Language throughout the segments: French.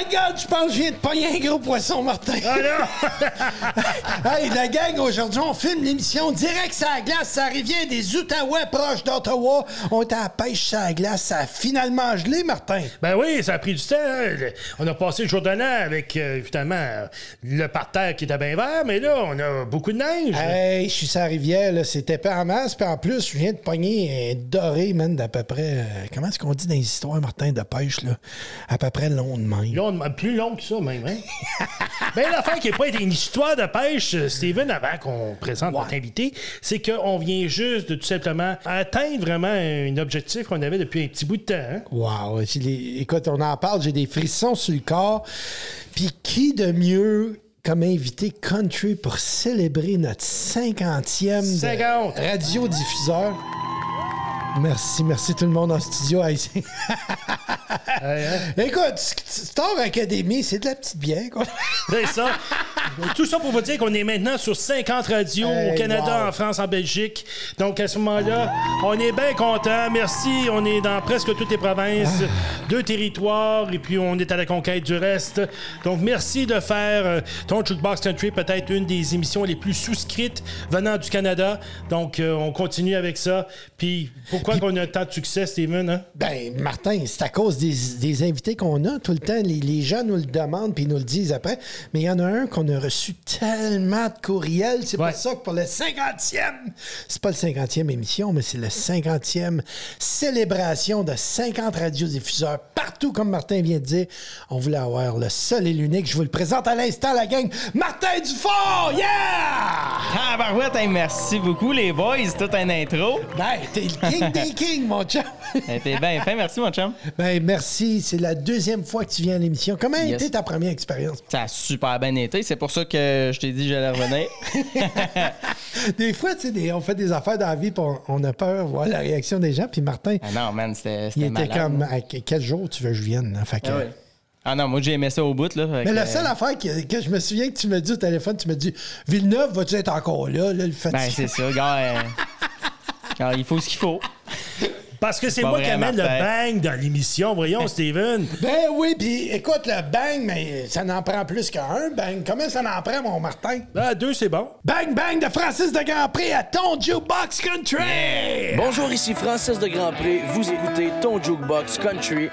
God, je pense que je viens de pogner un gros poisson, Martin. Ah non! Hey, la gang, aujourd'hui, on filme l'émission direct sur la glace. Ça revient des Outaouais proches d'Ottawa. On est à la pêche sur la glace. Ça a finalement gelé, Martin. Ben oui, ça a pris du temps. Hein. On a passé le jour de l'an avec, évidemment, le parterre qui était bien vert, mais là, on a beaucoup de neige. Hey, je suis sur la rivière, là. C'était pas en masse. Puis en plus, je viens de pogner un doré, man, d'à peu près... comment est-ce qu'on dit dans les histoires, Martin, de pêche, là? À peu près long de même. Plus long que ça, même, hein? Ben, l'affaire qui n'est pas une histoire de pêche, Steven, avant qu'on présente notre invité, c'est qu'on vient juste de tout simplement atteindre vraiment un objectif qu'on avait depuis un petit bout de temps. Hein? Wow! Écoute, on en parle, j'ai des frissons sur le corps. Puis qui de mieux comme invité country pour célébrer notre 50e radiodiffuseur? Merci tout le monde en studio. Écoute, Star Academy, c'est de la petite bière, quoi. C'est ça. Tout ça pour vous dire qu'on est maintenant sur 50 radios au Canada, en France, en Belgique. Donc, à ce moment-là, on est bien contents. Merci. On est dans presque toutes les provinces, 2 territoires, et puis on est à la conquête du reste. Donc, merci de faire ton Jukebox Country, peut-être une des émissions les plus souscrites venant du Canada. Donc, on continue avec ça. Puis, pourquoi qu'on a tant de succès, Steven? Hein? Ben, Martin, c'est à cause des invités qu'on a tout le temps. Les gens nous le demandent puis ils nous le disent après. Mais il y en a un qu'on a reçu tellement de courriels. C'est pour ça que pour le 50e, c'est pas le 50e émission, mais c'est le 50e célébration de 50 radiodiffuseurs partout, comme Martin vient de dire. On voulait avoir le seul et l'unique. Je vous le présente à l'instant, la gang. Martin Dufort! Yeah! Ah, barouette, hey, merci beaucoup, les boys. C'est tout un intro. Ben, t'es le king des kings, mon chum. T'es bien fin. Merci, mon chum. Ben, merci. C'est la deuxième fois que tu viens à l'émission. Comment a été ta première expérience? Ça a super bien été. C'est pour ça que je t'ai dit que j'allais revenir. Des fois, tu sais, on fait des affaires dans la vie, puis on a peur de voir la réaction des gens. Puis Martin, ah non, man, c'était il était malade, comme, à quel jour tu veux que je vienne? Là? Fait que, Ah non, moi, j'ai aimé ça au bout. Là, mais la seule affaire que je me souviens que tu me dis au téléphone, tu me dis, Villeneuve, vas-tu être encore là? Le ben, c'est ça, gars. Il faut ce qu'il faut. Parce que c'est moi qui amène le bang dans l'émission. Voyons, Steven. Ben oui, puis écoute, le bang, mais ça n'en prend plus qu'un bang. Comment ça n'en prend, mon Martin? Ben, 2, c'est bon. Bang, bang de Francis de Grandpré à ton Jukebox Country! Yeah! Bonjour, ici Francis de Grandpré. Vous écoutez ton Jukebox Country.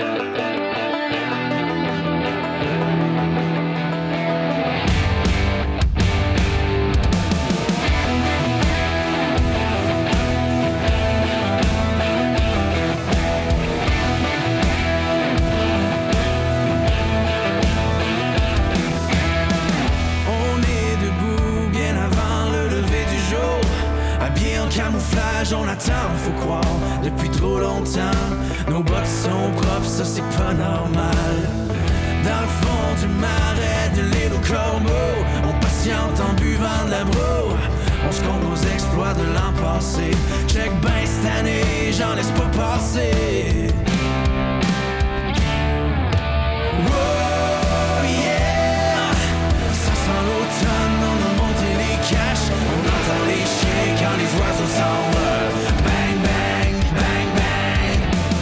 Camouflage, on attend, faut croire, depuis trop longtemps. Nos bottes sont propres, ça c'est pas normal. Dans le fond du marais de l'île aux corbeaux, on patiente en buvant de la broue. On se compte nos exploits de l'an passé. Check ben cette année, j'en laisse pas passer. Oh yeah, ça sent l'automne, on a monté les caches. On entend les chiens quand les oiseaux s'envolent. Bang, bang, bang, bang.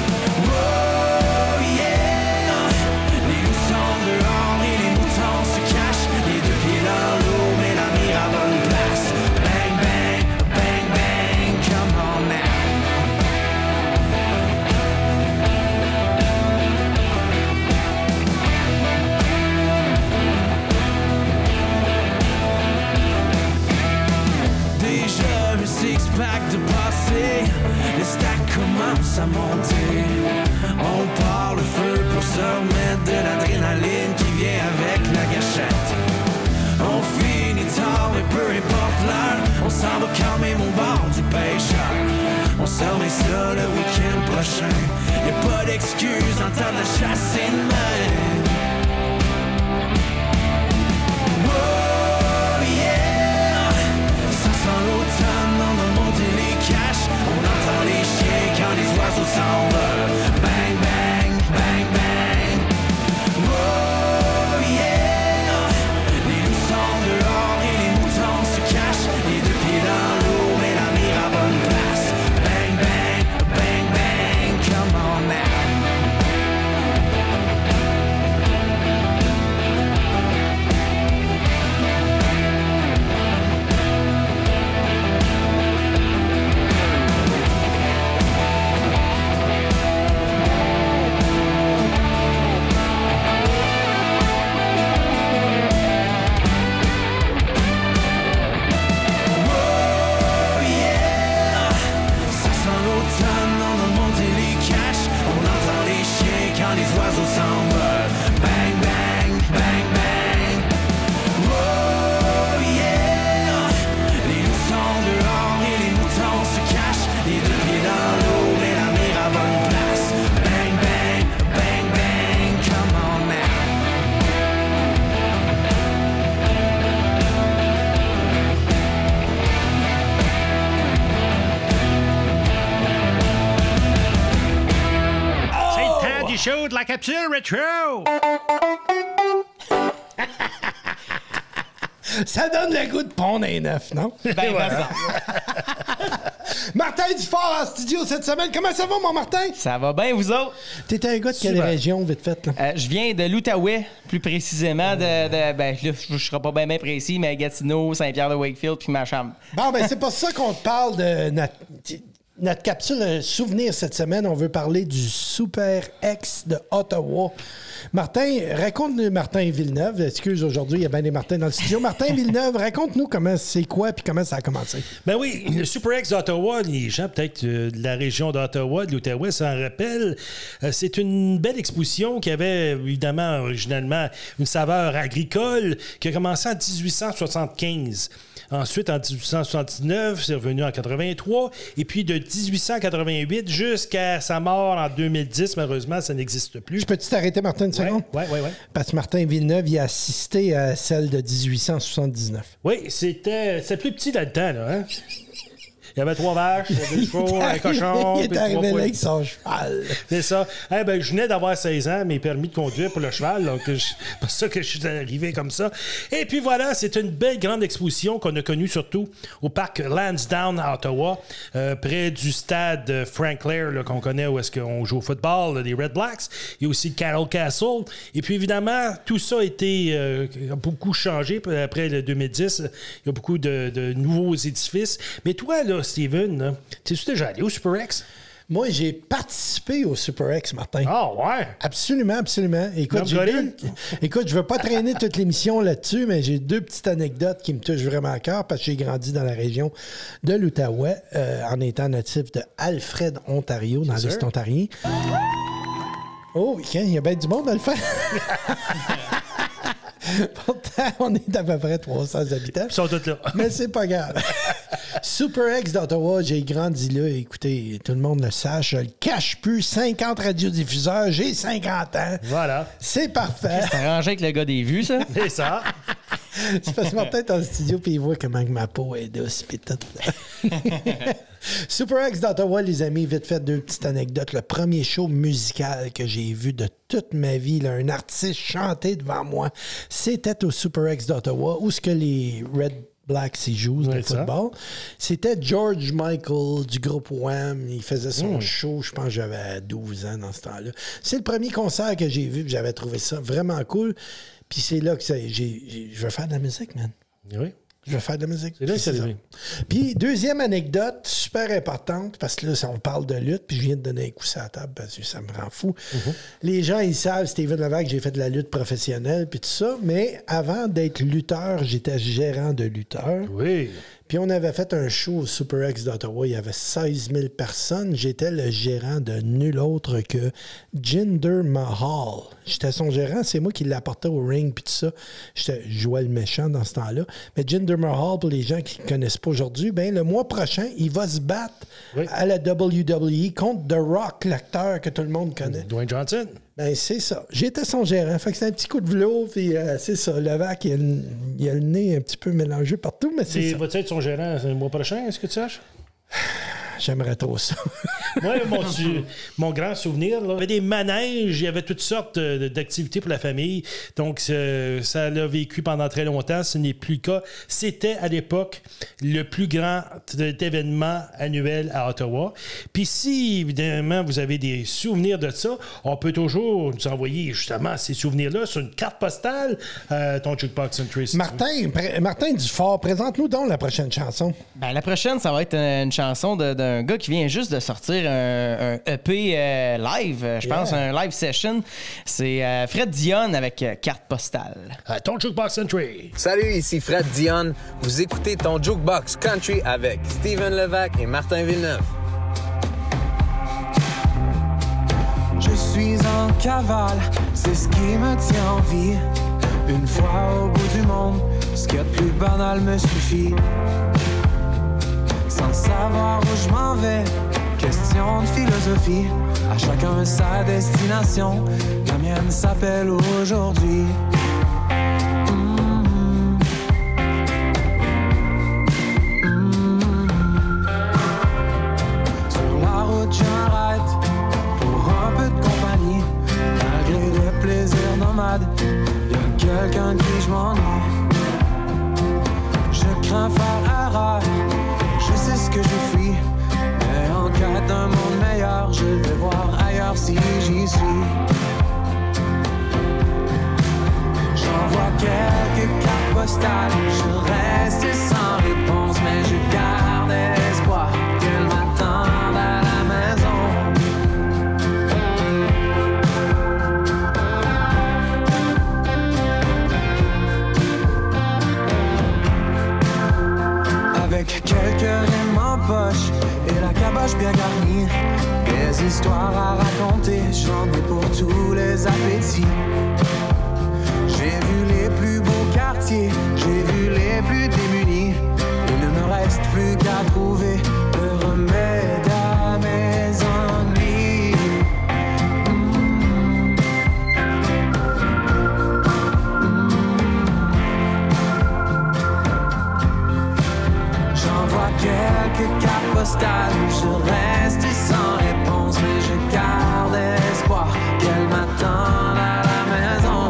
Oh yeah, les loups sont dehors et les moutons se cachent. Les 2 pieds dans l'eau, mais la mire à bonne place. Bang, bang, bang, bang, come on now. Déjà le six-pack de passé, le stack commence à monter. On part le feu pour se remettre de l'adrénaline qui vient avec la gâchette. On finit tard et peu importe l'heure, on s'en va quand même au bord du pêcheur. On se remet ça le week-end prochain. Y'a pas d'excuse en temps de chasser de main. L'automne, on a monté les caches. On entend les chiens quand les oiseaux s'envolent. Bang, bang, bang, bang. Oh yeah. Les loups sont dehors et les moutons se cachent. Les 2 pieds dans l'eau, mais la mire à bonne place. Bang, bang, bang, bang, come on now. la capsule rétro! Ça donne le goût de pondre un œuf, non? Ben, voilà. Martin Dufort en studio cette semaine. Comment ça va, mon Martin? Ça va bien, vous autres? T'es un gars de quelle Super. région, vite fait, là? Je viens de l'Outaouais, plus précisément ben là, je serai pas bien précis, mais Gatineau, Saint-Pierre-de-Wakefield, puis ma chambre. Bon, ben c'est pas ça qu'on te parle de notre capsule souvenir cette semaine. On veut parler du Super X de Ottawa. Martin, raconte-nous Martin Villeneuve. Excuse, aujourd'hui, il y a bien des Martins dans le studio. Martin Villeneuve, raconte-nous comment c'est quoi puis comment ça a commencé. Ben oui, le Super X d'Ottawa, les gens peut-être de la région d'Ottawa, de l'Outaouais, s'en rappellent. C'est une belle exposition qui avait évidemment originalement une saveur agricole qui a commencé en 1875. Ensuite, en 1879, c'est revenu en 83. Et puis, de 1888 jusqu'à sa mort en 2010, malheureusement, ça n'existe plus. Je peux-tu t'arrêter, Martin, une seconde? Oui. Parce que Martin Villeneuve, il a assisté à celle de 1879. Oui, c'était plus petit là-dedans, là. Hein? Il y avait 3 vaches, il y avait des chevaux, un cochon. Il est puis arrivé 3 là poules. avec son cheval. C'est ça. Eh ben, je venais d'avoir 16 ans, mes permis de conduire pour le cheval. Donc, c'est pour ça que je suis arrivé comme ça. Et puis voilà, c'est une belle grande exposition qu'on a connue surtout au parc Lansdowne à Ottawa, près du stade Frank Clair là, qu'on connaît où est-ce qu'on joue au football, là, les Red Blacks. Il y a aussi le Carroll Castle. Et puis évidemment, tout ça a été a beaucoup changé après le 2010. Il y a beaucoup de nouveaux édifices. Mais toi, là, Steven, là, t'es-tu déjà allé au Super X? Moi, j'ai participé au Super X, Martin. Ah, ouais! Absolument, absolument. Écoute, Comme écoute, je veux pas traîner toute l'émission là-dessus, mais j'ai 2 petites anecdotes qui me touchent vraiment à cœur parce que j'ai grandi dans la région de l'Outaouais en étant natif de Alfred, Ontario, dans l'Est ontarien. Oh, il y a bien du monde à le faire. Pourtant, on est à peu près 300 habitants. Ils sont tous là. Mais c'est pas grave. Super X d'Ottawa, j'ai grandi là. Écoutez, tout le monde le sache. Je le cache plus. 50 radiodiffuseurs. J'ai 50 ans. Voilà. C'est parfait. C'est arrangé avec le gars des vues, ça? C'est ça. C'est parce que Martin est en studio puis il voit comment que ma peau est douce pis tout. Super X d'Ottawa, les amis, vite fait 2 petites anecdotes. Le premier show musical que j'ai vu de toute ma vie, là, un artiste chanter devant moi, c'était au Super X d'Ottawa, où ce que les Red Blacks y jouent de football. C'était George Michael du groupe Wham. Il faisait son show, je pense que j'avais 12 ans dans ce temps-là. C'est le premier concert que j'ai vu, puis j'avais trouvé ça vraiment cool. Puis c'est là que je veux faire de la musique, man. Oui. Je veux faire de la musique. C'est là que c'est arrivé. Puis, deuxième anecdote, super importante, parce que là, on parle de lutte, puis je viens de donner un coup sur la table parce que ça me rend fou. Les gens, ils savent, Steven Levac, j'ai fait de la lutte professionnelle, puis tout ça, mais avant d'être lutteur, j'étais gérant de lutteur. Oui. Puis on avait fait un show au Super X d'Ottawa. Il y avait 16 000 personnes. J'étais le gérant de nul autre que Jinder Mahal. J'étais son gérant. C'est moi qui l'apportais au ring puis tout ça. Je jouais le méchant dans ce temps-là. Mais Jinder Mahal, pour les gens qui ne connaissent pas aujourd'hui, ben le mois prochain, il va se battre à la WWE contre The Rock, l'acteur que tout le monde connaît. Dwayne Johnson. Ben, c'est ça. J'étais son gérant. Fait que c'est un petit coup de velours, puis c'est ça. Levac, il a le nez un petit peu mélangé partout, mais c'est ça. Va-t-il être son gérant le mois prochain, est-ce que tu saches? J'aimerais trop ça. Moi, mon grand souvenir, là, il y avait des manèges, il y avait toutes sortes d'activités pour la famille. Donc, ça l'a vécu pendant très longtemps. Ce n'est plus le cas. C'était, à l'époque, le plus grand événement annuel à Ottawa. Puis si, évidemment, vous avez des souvenirs de ça, on peut toujours nous envoyer, justement, ces souvenirs-là sur une carte postale à ton Jukebox Century. Martin Dufort, présente-nous donc la prochaine chanson. Ben, la prochaine, ça va être une chanson d'un gars qui vient juste de sortir un EP live, je pense, un live session. C'est Fred Dion avec Carte postale. Ton Jukebox Century. Salut, ici Fred Dion. Vous écoutez ton Jukebox Country avec Steven Levac et Martin Villeneuve. Je suis en cavale, c'est ce qui me tient en vie. Une fois au bout du monde, ce qu'il y a de plus banal me suffit. Sans savoir où je m'en vais, question de philosophie. À chacun sa destination, la mienne s'appelle aujourd'hui. Sur la route, je m'arrête pour un peu de compagnie. de qui je m'ennuie. Je crains faire erreur, je sais ce que je fuis. Mais en quête d'un monde meilleur, je vais voir ailleurs si j'y suis. J'envoie quelques cartes postales, je reste sans réponse, mais je garde espoir qu'elles m'attendent à la maison. Avec quelques rimes en poche et la caboche bien garnie, des histoires à raconter, j'en ai pour tous les appétits. J'ai vu les plus beaux quartiers, j'ai vu les plus démunis. Il ne me reste plus qu'à trouver le remède à mes ennuis. J'envoie quelques cartes postales, je reste sans réponse, mais je garde espoir qu'elles m'attendent à la maison.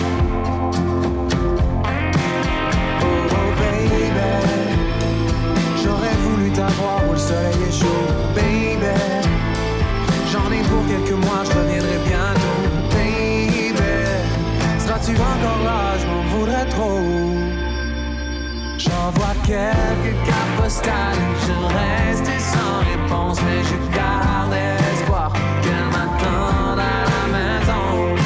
T'avoir où le soleil est chaud, baby. J'en ai pour quelques mois, je reviendrai bientôt, baby. Seras-tu encore là, je m'en voudrais trop. J'envoie quelques cartes postales, je reste sans réponse, mais je garde espoir qu'elles m'attendent à la maison.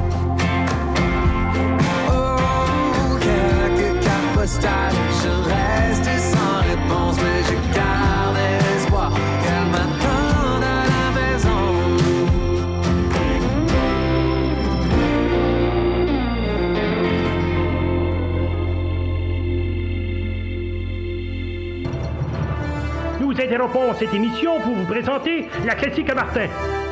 Oh, quelques cartes postales, je reste sans réponse, mais je garde espoir qu'elles m'attendent à la maison. Nous interrompons cette émission pour vous présenter la classique à Martin.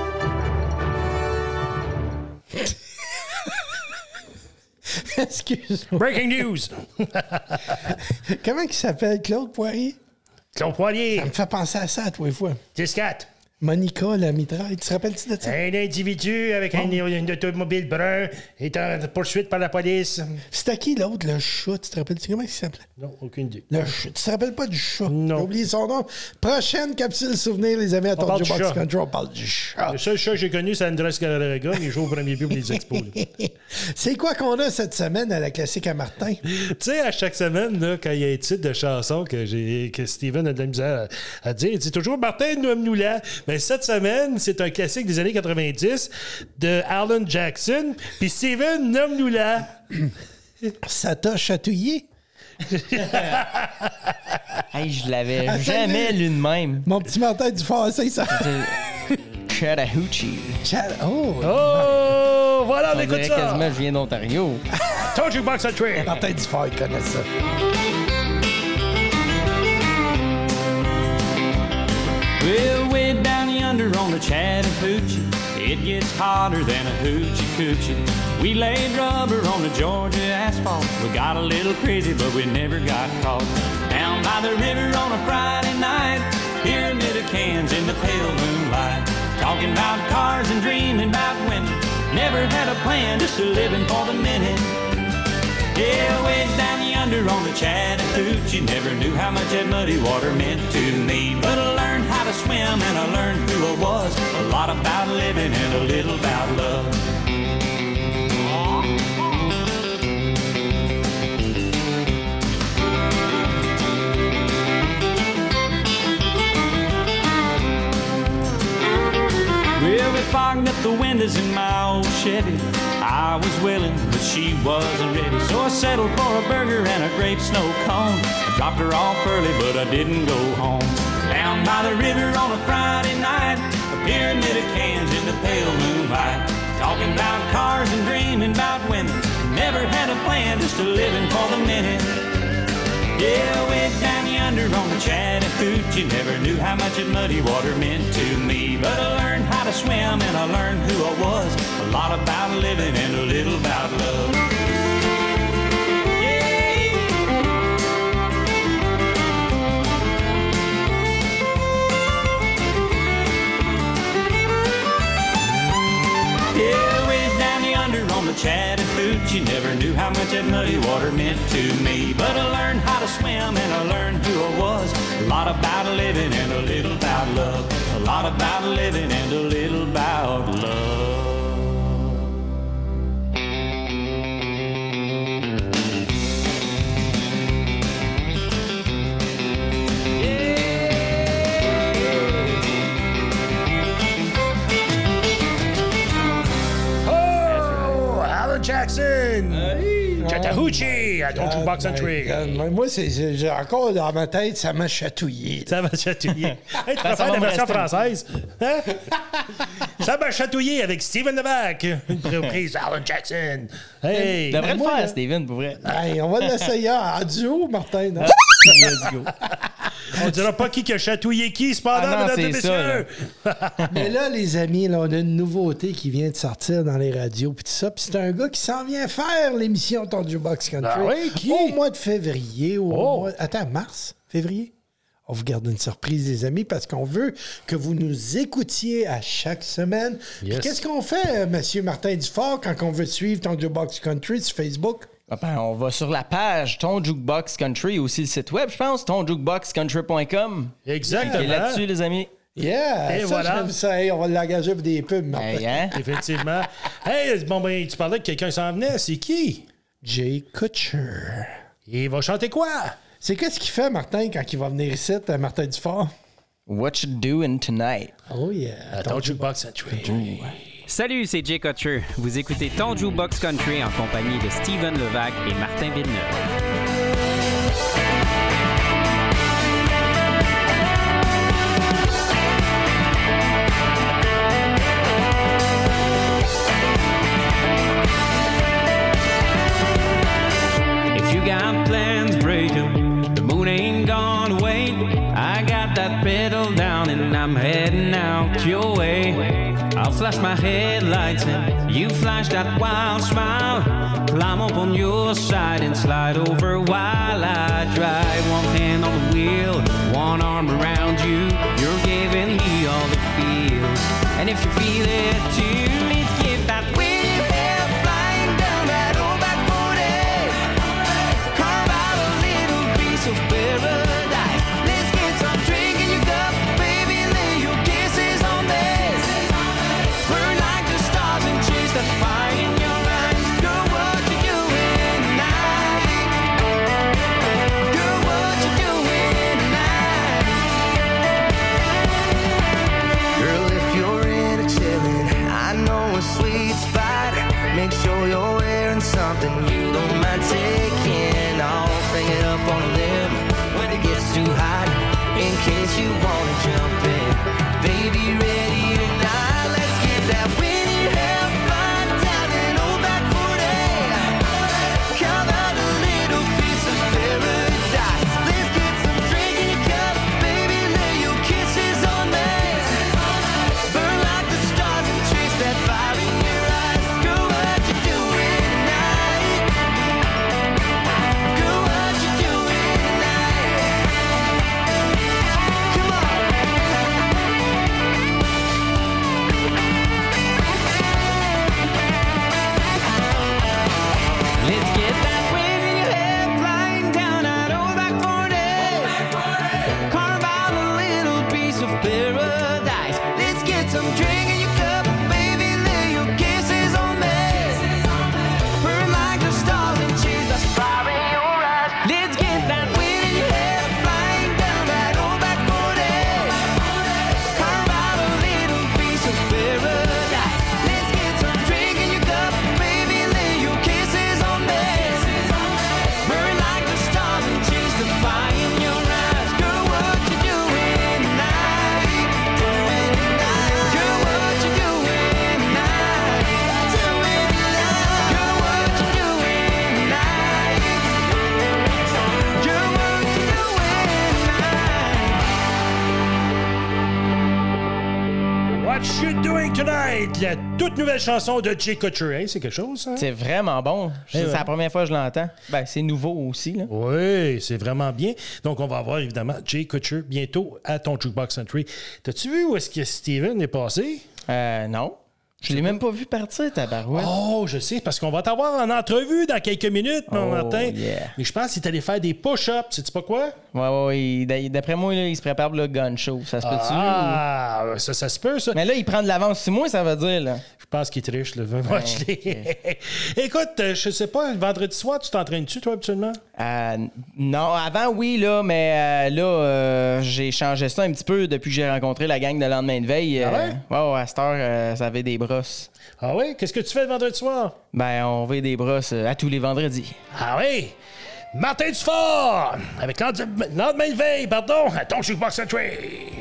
Excuse-moi. Breaking news! Comment il s'appelle, Claude Poirier? Claude Poirier, Ça me fait penser à ça, tous les fois. 10-4. Monica, la mitraille. Tu te rappelles-tu de ça? Un individu avec un automobile brun est en poursuite par la police. C'était qui l'autre, le chat? Tu te rappelles-tu comment il s'appelait? Non, aucune idée. Le chat. Tu te rappelles pas du chat? Non. J'ai oublié son nom. Prochaine capsule souvenir, les amis, à ton parle du Jukebox chat. Country. On parle du chat. Le seul chat que j'ai connu, c'est Andrés Galarraga, mais il joue au premier but pour les expos. là. C'est quoi qu'on a cette semaine à la classique à Martin? Tu sais, à chaque semaine, là, quand il y a un titre de chanson que Steven a de la misère à dire, il dit toujours Martin, nomme-nous là. Mais cette semaine, c'est un classique des années 90 de Alan Jackson. Puis Steven, nomme-nous là. Ça t'a chatouillé? Hey, je l'avais Attends, jamais lu de même. Mon petit Martin du Français, ça. Chattahoochee. Oh! Oh, voilà, on On écoute dirait ça. quasiment que je viens d'Ontario. Ton Jukebox Country. Martin Dufort, il connaît ça. Well, way down yonder on the Chattahoochee, it gets hotter than a hoochie coochie. We laid rubber on the Georgia asphalt. We got a little crazy, but we never got caught. Down by the river on a Friday night, pyramid of cans in the pale moonlight. Talking about cars and dreaming about women. Never had a plan, just a living for the minute. Yeah, way down yonder on the Chattahoochee, never knew how much that muddy water meant to me. But I learned how to swim and I learned who I was. A lot about living and a little about love. Well, we fogged up the windows in my old Chevy. I was willing, but she wasn't ready. So I settled for a burger and a grape snow cone. I dropped her off early, but I didn't go home. Down by the river on a Friday night, a pyramid of cans in the pale moonlight. Talking about cars and dreaming about women. Never had a plan, just a living for the minute. Yeah, way down yonder on the Chattahoochee, never knew how much that muddy water meant to me. But I learned how to swim and I learned who I was. A lot about living and a little about love. Yeah, way down yonder on the Chattahoochee, never knew how how much that muddy water meant to me. But I learned how to swim and I learned who I was. A lot about living and a little about love. A lot about living and a little about love. Jackson! Chattahoochee à ton Jukebox Country. Moi, j'ai encore dans ma tête, ça m'a chatouillé. Ça m'a chatouillé. Hey, tu préfères la version française? Hein? Ça m'a chatouillé avec Steven Levac. Une reprise d'Alan Jackson. Hey! Tu devrais le faire, Steven, pour vrai. Hey, on va l'essayer en duo, Martin. Non? Let's go. On dira pas qui a chatouillé qui, cependant, Ah non, mesdames et c'est ça, messieurs. Mais là, les amis, là, on a une nouveauté qui vient de sortir dans les radios pis tout ça. Puis c'est un gars qui s'en vient faire l'émission Ton Jukebox Country. Ah oui, qui? Au mois de février. Attends, mars? Février? On vous garde une surprise, les amis, parce qu'on veut que vous nous écoutiez à chaque semaine. Puis Yes. qu'est-ce qu'on fait, Monsieur Martin Dufort, quand on veut suivre Ton Jukebox Country sur Facebook? Ben, on va sur la page Ton Jukebox Country, aussi le site web, je pense, tonjukeboxcountry.com. Exactement. Et là-dessus, les amis. Yeah! Et ça, voilà. j'aime ça. Hey, on va l'engager pour des pubs, Martin. Hey, hein? Effectivement. Hey, bon, ben, tu parlais que quelqu'un s'en venait. C'est qui? Jay Kutcher. Il va chanter quoi? C'est qu'est-ce qu'il fait, Martin, quand il va venir ici, Martin Dufort? What you doing tonight? Oh yeah. À ton Jukebox Country. Salut, c'est Jay Kutcher. Vous écoutez Ton Jukebox Country en compagnie de Steven Levac et Martin Villeneuve. If you got plans, break 'em. The moon ain't gone away. I got that pedal down and I'm heading out your way. I'll flash my headlights and you flash that wild smile. Climb up on your side and slide over while I drive. One hand on the wheel, one arm around you. You're giving me all the feels. And if you feel it too, let's get that wheel hair flying down that old back 40. Carve out a little piece of paradise. Let's get some drink in your cup, baby, lay your kisses on me. Burn like the stars and chase that fire in your eyes. Girl, what you doing tonight? Girl, what you doing tonight? Girl, if you're into chillin', I know a sweet spot. Make sure you're wearing something you don't mind taking off. Hang it up on a limb when it gets too hot, in case you wanna jump in. Baby, ready tonight? Let's get that windy hair flying down an old back 40. Carve out a little piece of paradise. Let's get some drink in your cup, baby, lay your kisses on me. Burn like the stars and chase that fire in your eyes. Girl, what you doing tonight? Girl, what you doing tonight? Come on. Let's get that windy hair flying down that old back 40. Carve out a little piece of paradise. Let's get some drink in your cup, baby, lay your kisses on me. Burn like the stars and chase the fire in your eyes. Let's get that windy hair flying down that old back 40. Carve out a little piece of paradise. Let's get some drink in your cup, baby, lay your kisses on me. Burn like the stars and chase the fire in your eyes. Girl, what you doing tonight? Doing tonight. Girl, what you doing tonight? Doing tonight. Girl, what you doing tonight? Girl, what you doing tonight? What you doing tonight? La toute nouvelle chanson de Jay Kutcher. Hey, c'est quelque chose, ça? C'est vraiment bon. C'est ouais. la première fois que je l'entends. Ben, c'est nouveau aussi, là. Oui, c'est vraiment bien. Donc, on va avoir évidemment Jay Kutcher bientôt à ton Jukebox Country. T'as-tu vu où est-ce que Steven est passé? Non. Je l'ai même pas vu partir, tabarouette. Oh, je sais, parce qu'on va t'avoir en entrevue dans quelques minutes, mon Martin. Yeah. Mais je pense qu'il est allé faire des push-ups. Sais-tu pas quoi? Ouais. D'après moi, là, il se prépare pour le gun show. Ça se peut-tu? Ah, ça se peut, ça. Mais là, il prend de l'avance sur moi, ça veut dire, là. Je pense qu'il triche, là. Écoute, je sais pas, le vendredi soir, tu t'entraînes-tu, toi, habituellement? Non, avant, oui, là, mais j'ai changé ça un petit peu depuis que j'ai rencontré la gang de lendemain de veille. Ah ouais? Ouais, à cette heure, ça avait des brosses. Ah oui? Qu'est-ce que tu fais le vendredi soir? Ben, on veut des brosses à tous les vendredis. Ah oui? Martin Dufort! Avec lendemain de veille, pardon, à ton Jukebox Country!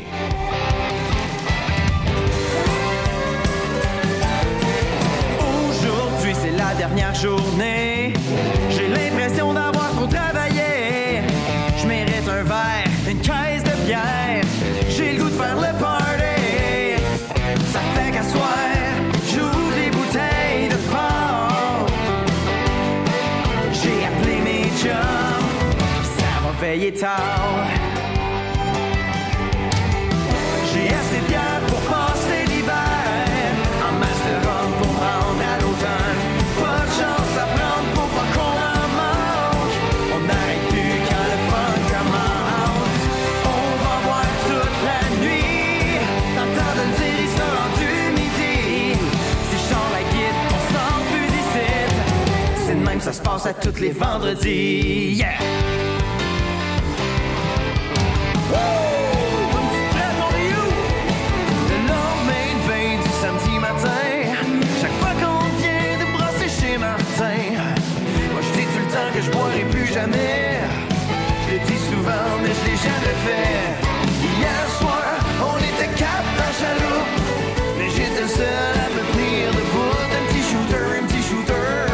Aujourd'hui c'est la dernière journée. J'ai l'impression d'avoir trop travaillé. Je mérite un verre, une caisse de bière. J'ai le goût de faire le party. Ça fait qu'à soir, j'ouvre des bouteilles de fort. J'ai appelé mes chums, pis ça va veiller tard. J'ai assez de bière pour passer l'hiver. En masse de rhum pour me rendre à l'automne. Pas de chance à prendre, faut pas qu'on en manque. On n'arrête plus quand le fun commence. On va boire toute la nuit. T'entends de le dire, il sera rendu midi. Si je sors la guide, on sort plus d'ici. C'est de même, ça se passe à tous les vendredis. Yeah! Samedi matin, chaque fois qu'on vient de brosser chez Martin, moi je dis tout le temps que je boirai plus jamais. Je le dis souvent, mais je l'ai jamais fait. Hier soir, on était quatre dans la chaloupe, mais j'étais le seul à me tenir debout. Un petit shooter,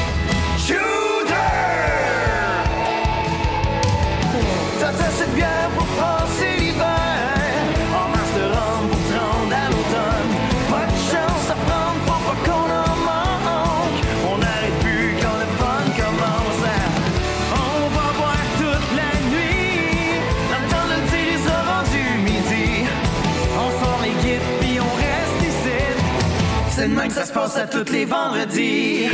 T'as assez de bière pour passer l'hiver, en masse de rhum pour te rendre à l'automne. Pas de chance à prendre, faut pas qu'on en manque. On n'arrête plus quand le fun commence. On va boire toute la nuit. Dans le temps de le dire, ils ont rendu midi. On sort les guides puis on reste ici. C'est de même que ça se passe à tous les vendredis.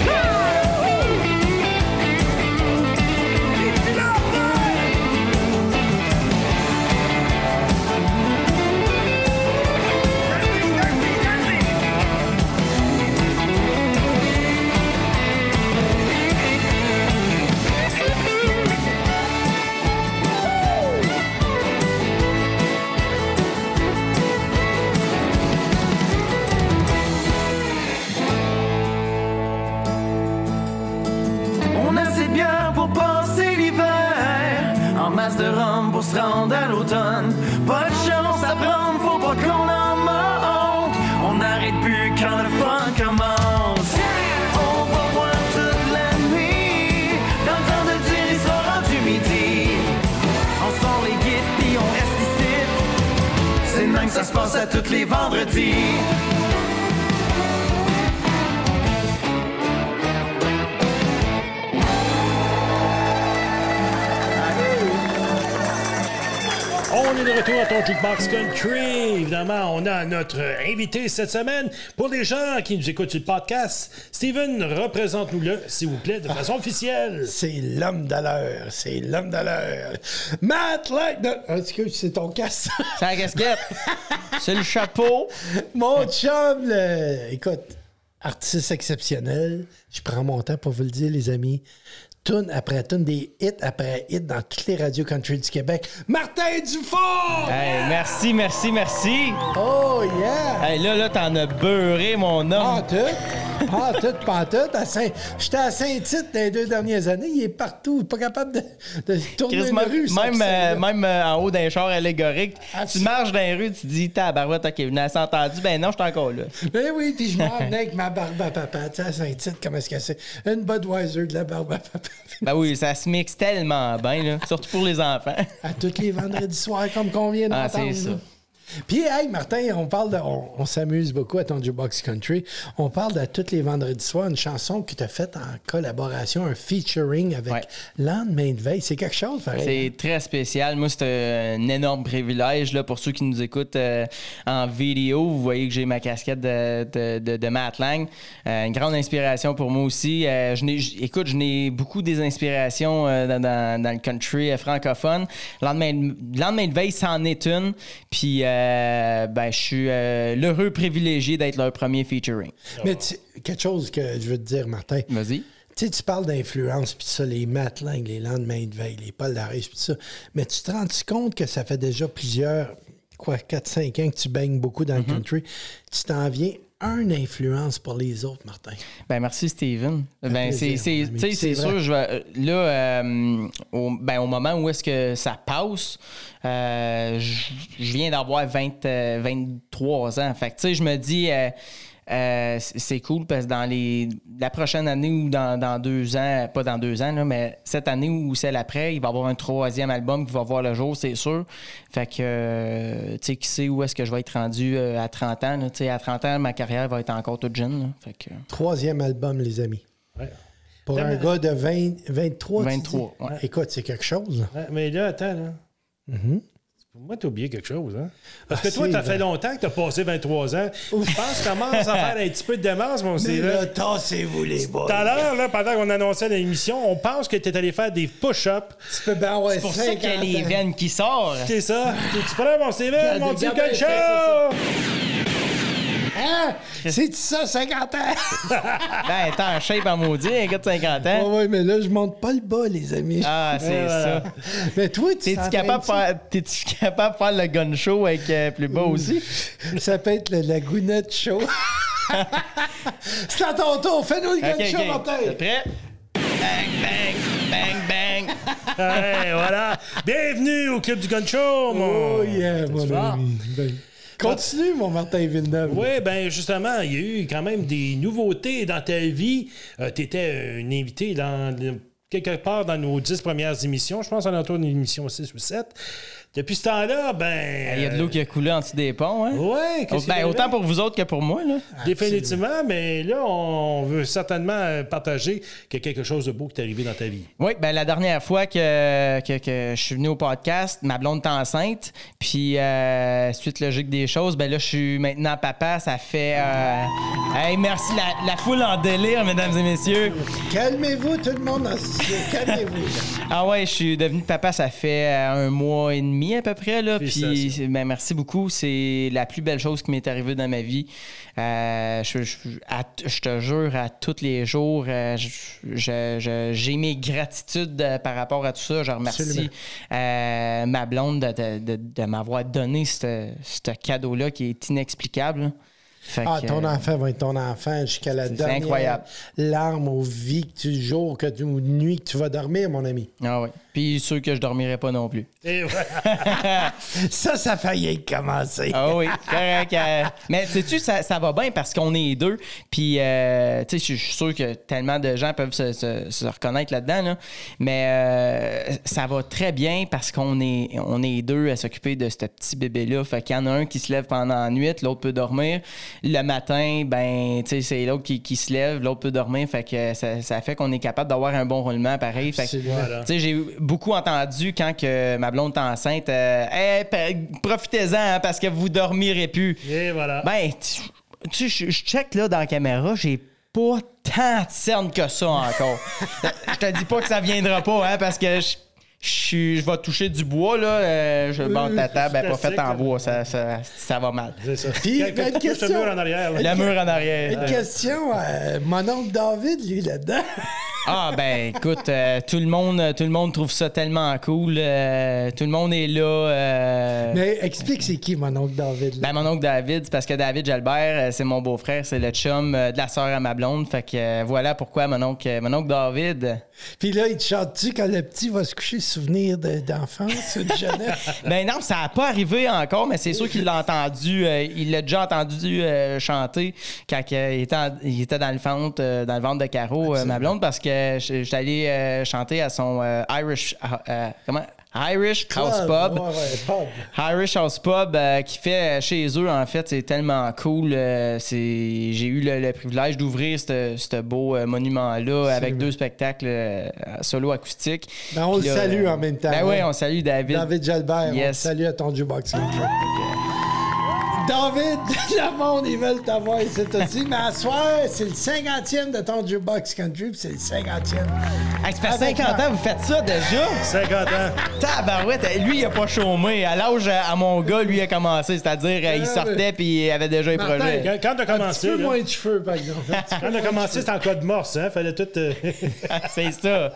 De rhum pour se rendre à l'automne. Pas de chance à prendre, faut pas qu'on en manque. On n'arrête plus quand le fun commence. On va boire toute la nuit. Dans le temps de le dire, il sera rendu midi. On sort les guides puis on reste ici. C'est de même que ça se passe à tous les vendredis. On est de retour à ton Jukebox Country. Évidemment, on a notre invité cette semaine. Pour les gens qui nous écoutent sur le podcast, Steven, représente-nous-le, s'il vous plaît, de façon officielle. C'est l'homme de l'heure. C'est l'homme de l'heure. Matt Lightner. Excuse, c'est ton casque. C'est la casquette. C'est le chapeau. Mon chum, écoute, artiste exceptionnel. Je prends mon temps pour vous le dire, les amis. Tune après tune, des hits après hits dans toutes les radios country du Québec. Martin Dufort! Hey, merci. Oh, yeah! Hey, là, t'en as beurré, mon homme. Pas tout. J'étais à Saint-Tite dans les 2 dernières années. Il est partout. Pas capable de tourner une rue. Même en haut d'un char allégorique, tu marches dans les rues, tu te dis, tabarouette, OK, vous n'avez entendu? Ben non, je suis encore là. Ben oui, puis je m'en venais avec ma barbe à papa. Tu sais, à Saint-Tite, comment est-ce que c'est? Une Budweiser de la barbe à papa. Ben oui, ça se mixe tellement bien, là, surtout pour les enfants. À tous les vendredis soirs, comme qu'on vient d'entendre. C'est ça. Puis, hey, Martin, on s'amuse beaucoup à ton Jukebox Country. On parle de tous les vendredis soirs, une chanson que tu as faite en collaboration, un featuring avec Lendemain de veille. C'est quelque chose, pareil. C'est très spécial. Moi, c'est un énorme privilège. Là, pour ceux qui nous écoutent en vidéo, vous voyez que j'ai ma casquette de Matt Lang. Une grande inspiration pour moi aussi. Je n'ai beaucoup des inspirations dans le country francophone. Lendemain de veille, c'en est une. Puis, je suis l'heureux privilégié d'être leur premier featuring. Mais quelque chose que je veux te dire, Martin. Vas-y. Tu sais, tu parles d'influence, puis ça, les Matt Lang, les Lendemain de veille, les Paul Darèche, puis ça. Mais tu te rends compte que ça fait déjà 4-5 ans que tu baignes beaucoup dans le country. Tu t'en viens une influence pour les autres, Martin. Ben merci, Steven. C'est sûr, au moment où est-ce que ça passe, je viens d'avoir 23 ans. Fait que, tu sais, je me dis... c'est cool parce que dans la prochaine année ou dans 2 ans, pas dans 2 ans, là, mais cette année ou celle après, il va y avoir un 3e album qui va voir le jour, c'est sûr. Fait que, tu sais, qui sait où est-ce que je vais être rendu à 30 ans. Tu sais, à 30 ans, ma carrière va être encore toute jeune. Là. Fait que... 3e album, les amis. Ouais. Pour un gars de 23. 23, ouais. Écoute, c'est quelque chose. Ouais, mais là, attends, là. Pour moi, t'as oublié quelque chose, hein? Parce que toi, t'as fait longtemps que t'as passé 23 ans. Je pense que tu commences à faire un petit peu de démence, mon Mais là, tassez-vous, les boys. Tout à l'heure, là, pendant qu'on annonçait l'émission, on pense que t'es allé faire des push-ups. Tu peux bien avoir C'est pour ça qu'il y a les veines qui sortent. C'est ça. Es-tu prêt, mon Steven? Mon petit show! Hein? C'est-tu ça, 50 ans? Ben, t'es en shape en maudit, un gars de 50 ans. Oui, mais là, je monte pas le bas, les amis. Ah, c'est ça. Mais toi, T'es-tu capable de faire le gun show avec plus bas aussi? Ça peut être le Lagounette Show. C'est à ton tour. Fais-nous le gun show, Martin. T'es prêt? Bang, bang, bang, bang. Hey, voilà. Bienvenue au Club du Gun Show, mon... Oh yeah, mon ami. Continue, mon Martin Villeneuve. Oui, bien, justement, il y a eu quand même des nouveautés dans ta vie. Tu étais un invité quelque part dans nos 10 premières émissions. Je pense en autour d'une émission 6 ou 7. Depuis ce temps-là, ben... Il y a de l'eau qui a coulé en dessous des ponts, hein? Oui. Autant pour vous autres que pour moi, là. Définitivement, mais là, on veut certainement partager qu'il y a quelque chose de beau qui t'est arrivé dans ta vie. Oui, ben la dernière fois que je suis venu au podcast, ma blonde est enceinte, puis suite logique des choses, ben là, je suis maintenant papa, ça fait... Hey, merci, la foule en délire, mesdames et messieurs. Calmez-vous, tout le monde en studio, calmez-vous. Ah ouais, je suis devenu papa, ça fait 1 mois et demi à peu près, là, puis ben, merci beaucoup, c'est la plus belle chose qui m'est arrivée dans ma vie. Je te jure, à tous les jours, j'ai mes gratitudes par rapport à tout ça. Je remercie ma blonde de m'avoir donné ce cadeau-là qui est inexplicable. Ton enfant va être ton enfant jusqu'à la dernière incroyable. Larme aux vies jour ou nuit que tu vas dormir, mon ami. Ah oui. Puis sûr que je dormirai pas non plus. Et voilà. Ça a failli commencer. Ah oui, correct. Mais sais-tu, ça va bien parce qu'on est 2. Puis, tu sais, je suis sûr que tellement de gens peuvent se reconnaître là-dedans. Là. Mais ça va très bien parce qu'on est 2 à s'occuper de ce petit bébé-là. Fait qu'il y en a un qui se lève pendant la nuit, l'autre peut dormir. Le matin, ben, tu sais, c'est l'autre qui se lève, l'autre peut dormir. Fait que ça fait qu'on est capable d'avoir un bon roulement pareil. Fait que, tu sais, j'ai beaucoup entendu quand que ma blonde est enceinte, profitez-en hein, parce que vous dormirez plus. Et voilà. Ben, tu je check là dans la caméra, j'ai pas tant de cernes que ça encore. Je te dis pas que ça viendra pas, hein, parce que je vais toucher du bois, là. Ta table n'est pas faite en bois. Ça va mal. C'est ça. Puis, une question. Le mur en arrière. Le mur en arrière. Une question. Mon oncle David, lui, là-dedans. Ah, ben, écoute, tout le monde trouve ça tellement cool. Tout le monde est là. Mais explique, c'est qui, mon oncle David? Là? Ben, mon oncle David, c'est parce que David Jalbert, c'est mon beau-frère, c'est le chum de la sœur à ma blonde. Fait que voilà pourquoi mon oncle David. Puis là, il te chante-tu quand le petit va se coucher, souvenir d'enfance ou de jeunesse? Ben non, ça n'a pas arrivé encore, mais c'est sûr qu'il l'a entendu. Il l'a déjà entendu chanter quand il était dans le ventre de Caro, ma blonde, parce que j'étais allé chanter à son Irish House Pub. Irish House Pub qui fait chez eux, en fait, c'est tellement cool. J'ai eu le privilège d'ouvrir ce beau monument-là avec 2 spectacles solo acoustiques. Ben, on le salue en même temps. Ben oui, on salue David. David Jalbert. Yes. On le salue à ton Jukebox Country. David, le monde, ils veulent t'avoir ici aussi. Mais à soir, c'est le 50e de ton Jukebox Country, puis c'est le 50e. Hey, ça fait 50 ans, vous faites ça déjà? 50 ans. Tabarouette, lui, il a pas chômé. À l'âge à mon gars, lui, il a commencé. C'est-à-dire, il sortait puis il avait déjà un projet. Quand t'as commencé. Un petit peu moins de cheveux, par exemple. Quand t'as commencé, c'était en code morse, hein? Fallait tout. C'est ça.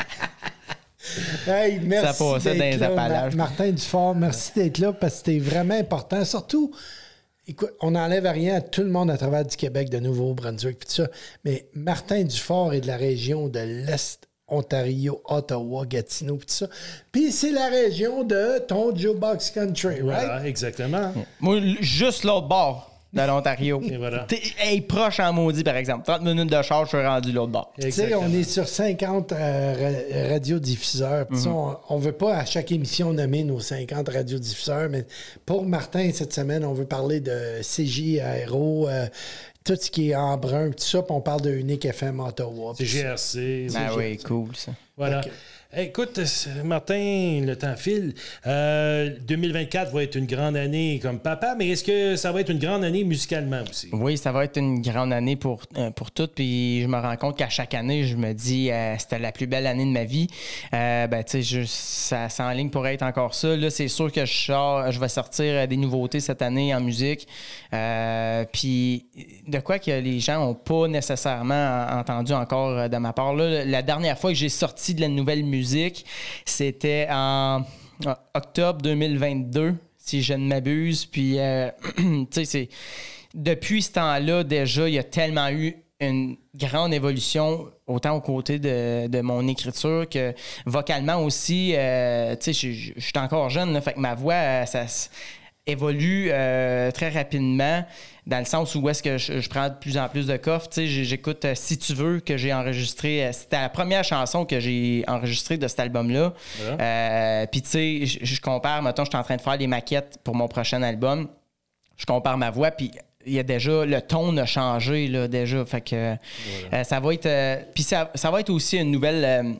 Hey, merci. Ça passait dans les Appalaches. Martin Dufort, merci d'être là parce que c'était vraiment important. Surtout, écoute, on n'enlève rien à tout le monde à travers du Québec, de Nouveau-Brunswick, puis tout ça. Mais Martin Dufort est de la région de l'Est, Ontario, Ottawa, Gatineau, puis tout ça. Puis c'est la région de ton Jukebox Country, right? Voilà, exactement. Moi, juste l'autre bord de l'Ontario. Et voilà. T'es proche en maudit, par exemple. 30 minutes de charge, je suis rendu l'autre bord. Tu sais, on est sur 50 radiodiffuseurs. Puis ça, on veut pas à chaque émission nommer nos 50 radiodiffuseurs, mais pour Martin, cette semaine, on veut parler de CJRO, tout ce qui est en brun, tout ça, puis on parle de Unique FM Ottawa. C'est GRC. Ah oui, cool, ça. Voilà. Okay. Écoute, Martin, le temps file. 2024 va être une grande année comme papa, mais est-ce que ça va être une grande année musicalement aussi? Oui, ça va être une grande année pour tout. Puis je me rends compte qu'à chaque année, je me dis c'était la plus belle année de ma vie. Tu sais, ça s'enligne pour être encore ça. Là, c'est sûr que je vais sortir des nouveautés cette année en musique. Puis de quoi que les gens n'ont pas nécessairement entendu encore de ma part. Là, la dernière fois que j'ai sorti de la nouvelle musique, c'était en octobre 2022, si je ne m'abuse. Puis, tu sais, depuis ce temps-là, déjà, il y a tellement eu une grande évolution, autant aux côtés de mon écriture que vocalement aussi. Tu sais, je suis encore jeune, là, fait que ma voix, ça évolue très rapidement, dans le sens où est-ce que je prends de plus en plus de coffres. Tu sais, j'écoute Si tu veux, que j'ai enregistré. C'était la première chanson que j'ai enregistrée de cet album-là. Ouais. Puis tu sais, je compare, mettons, je suis en train de faire des maquettes pour mon prochain album. Je compare ma voix, puis il y a déjà, le ton a changé, là, déjà. Fait que voilà. Ça va être... puis ça va être aussi une nouvelle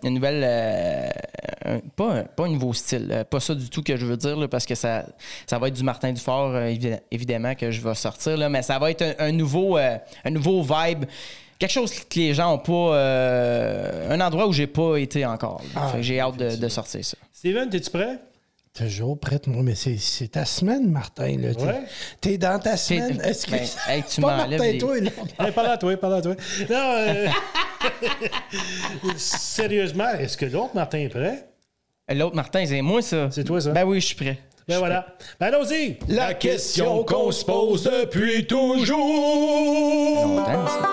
pas un nouveau style. Pas ça du tout que je veux dire, là, parce que ça va être du Martin Dufort, évidemment, que je vais sortir. Là, mais ça va être un nouveau vibe. Quelque chose que les gens n'ont pas... un endroit où j'ai pas été encore. Fait que j'ai hâte de sortir ça. Steven, es-tu prêt? Toujours prête, moi, mais c'est ta semaine, Martin. Là. T'es dans ta semaine. Est-ce que... hey, tu pas m'enlèves Martin, les... toi, là. Hey, parle à toi. Non, sérieusement, est-ce que l'autre Martin est prêt? L'autre Martin, c'est moi, ça. C'est toi, ça? Ben oui, je suis prêt. Ben voilà. Ben allons-y! La question qu'on se pose depuis toujours! Longtemps, ça.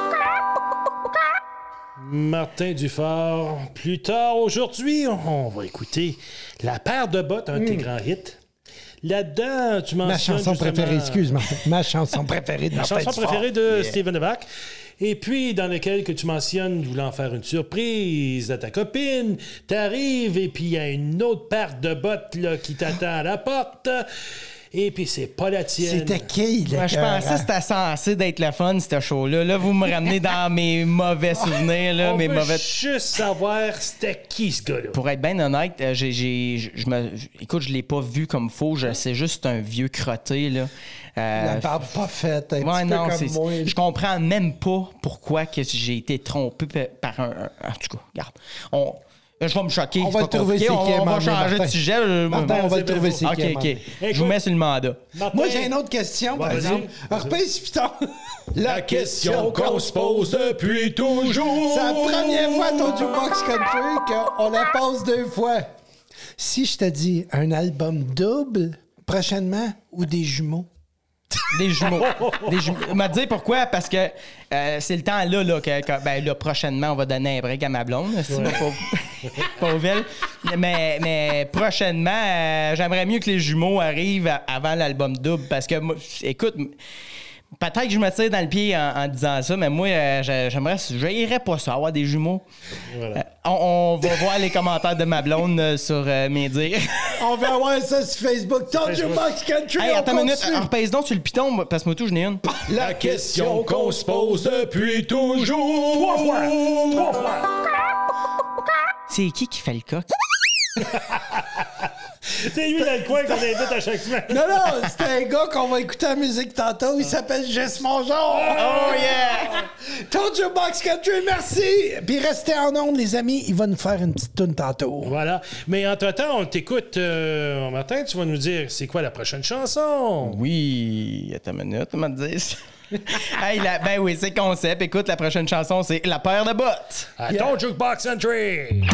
Martin Dufort. Plus tard aujourd'hui, on va écouter La paire de bottes, un de tes grands hits. Là-dedans, tu mentionnes... Ma chanson préférée, excuse-moi. Ma chanson préférée de Martin Dufort. Ma chanson préférée de Steven Levac. Et puis, dans lequel que tu mentionnes voulant faire une surprise à ta copine, t'arrives et puis il y a une autre paire de bottes là, qui t'attend à la porte. Et puis, c'est pas la tienne. C'était qui, le Moi, je pensais que c'était censé d'être le fun, ce show-là. Là, vous me ramenez dans mes mauvais souvenirs. Là, on mes veut mauvais... juste savoir c'était qui, ce gars-là. Pour être bien honnête, écoute, je l'ai pas vu comme faux. C'est juste un vieux crotté, là. La barbe pas faite, un petit peu comme moi. Je comprends même pas pourquoi que j'ai été trompé par un... En tout cas, regarde. Je vais me choquer. On va le trouver, c'est qui, on va changer de sujet. Martin, on va le trouver, c'est qui. OK. Je vous mets sur le mandat. Martin, moi, j'ai une autre question, par exemple. Repèse, putain. La question qu'on se pose depuis toujours. C'est la première fois à ton Jukebox Country qu'on la pose 2 fois. Si je te dis un album double prochainement ou des jumeaux? Des jumeaux. Je vais te dire pourquoi, parce que c'est le temps là, prochainement, on va donner un break à ma blonde. Pas ouvert. Mais prochainement, j'aimerais mieux que les jumeaux arrivent avant l'album double, parce que, écoute, Peut-être que je me tire dans le pied en disant ça, mais moi, j'irais pas ça, avoir des jumeaux. Voilà. On va voir les commentaires de ma blonde sur mes dires. On va voir ça sur Facebook. Ton Jukebox Country. Hey, attends une minute, repèse donc sur le piton, parce que moi tout, je n'ai une. La question qu'on se pose depuis toujours. 3 fois. C'est qui fait le coq? C'est lui dans le coin qu'on invite à chaque semaine. Non, c'est un gars qu'on va écouter la musique tantôt. Il s'appelle Jess Mongeon. Oh yeah! Ton Jukebox Country, merci. Puis restez en ondes, les amis. Il va nous faire une petite toune tantôt. Voilà. Mais entre-temps, on t'écoute. Martin, tu vas nous dire c'est quoi la prochaine chanson? Oui, attends une minute, on m'a dit ça. Hey, ben oui, c'est concept. Écoute, la prochaine chanson, c'est La paire de bottes. À ton Jukebox Country.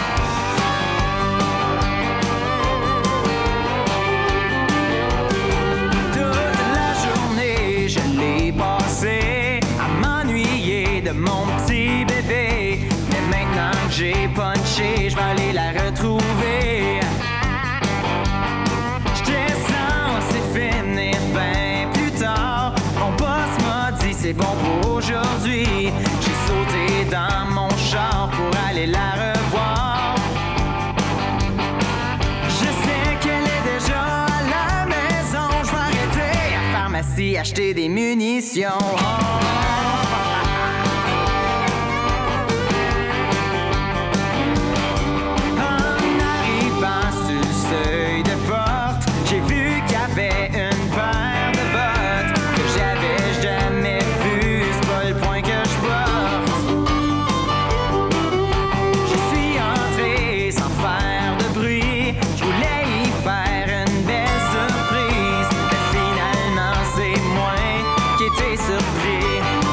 Passé à m'ennuyer de mon petit bébé. Mais maintenant que j'ai punché, je vais aller la retrouver. J'étais censé finir ben plus tard. Mon boss m'a dit c'est bon pour aujourd'hui. J'ai sauté dans mon char pour aller la revoir. Je sais qu'elle est déjà à la maison. Je vais arrêter à la pharmacie acheter des munitions. En arrivant sur le seuil de porte, j'ai vu qu'il y avait une paire de bottes que j'avais jamais vues. C'est pas le point que je porte. Je suis entré sans faire de bruit. Je voulais y faire une belle surprise. Mais finalement, c'est moi qui étais surpris.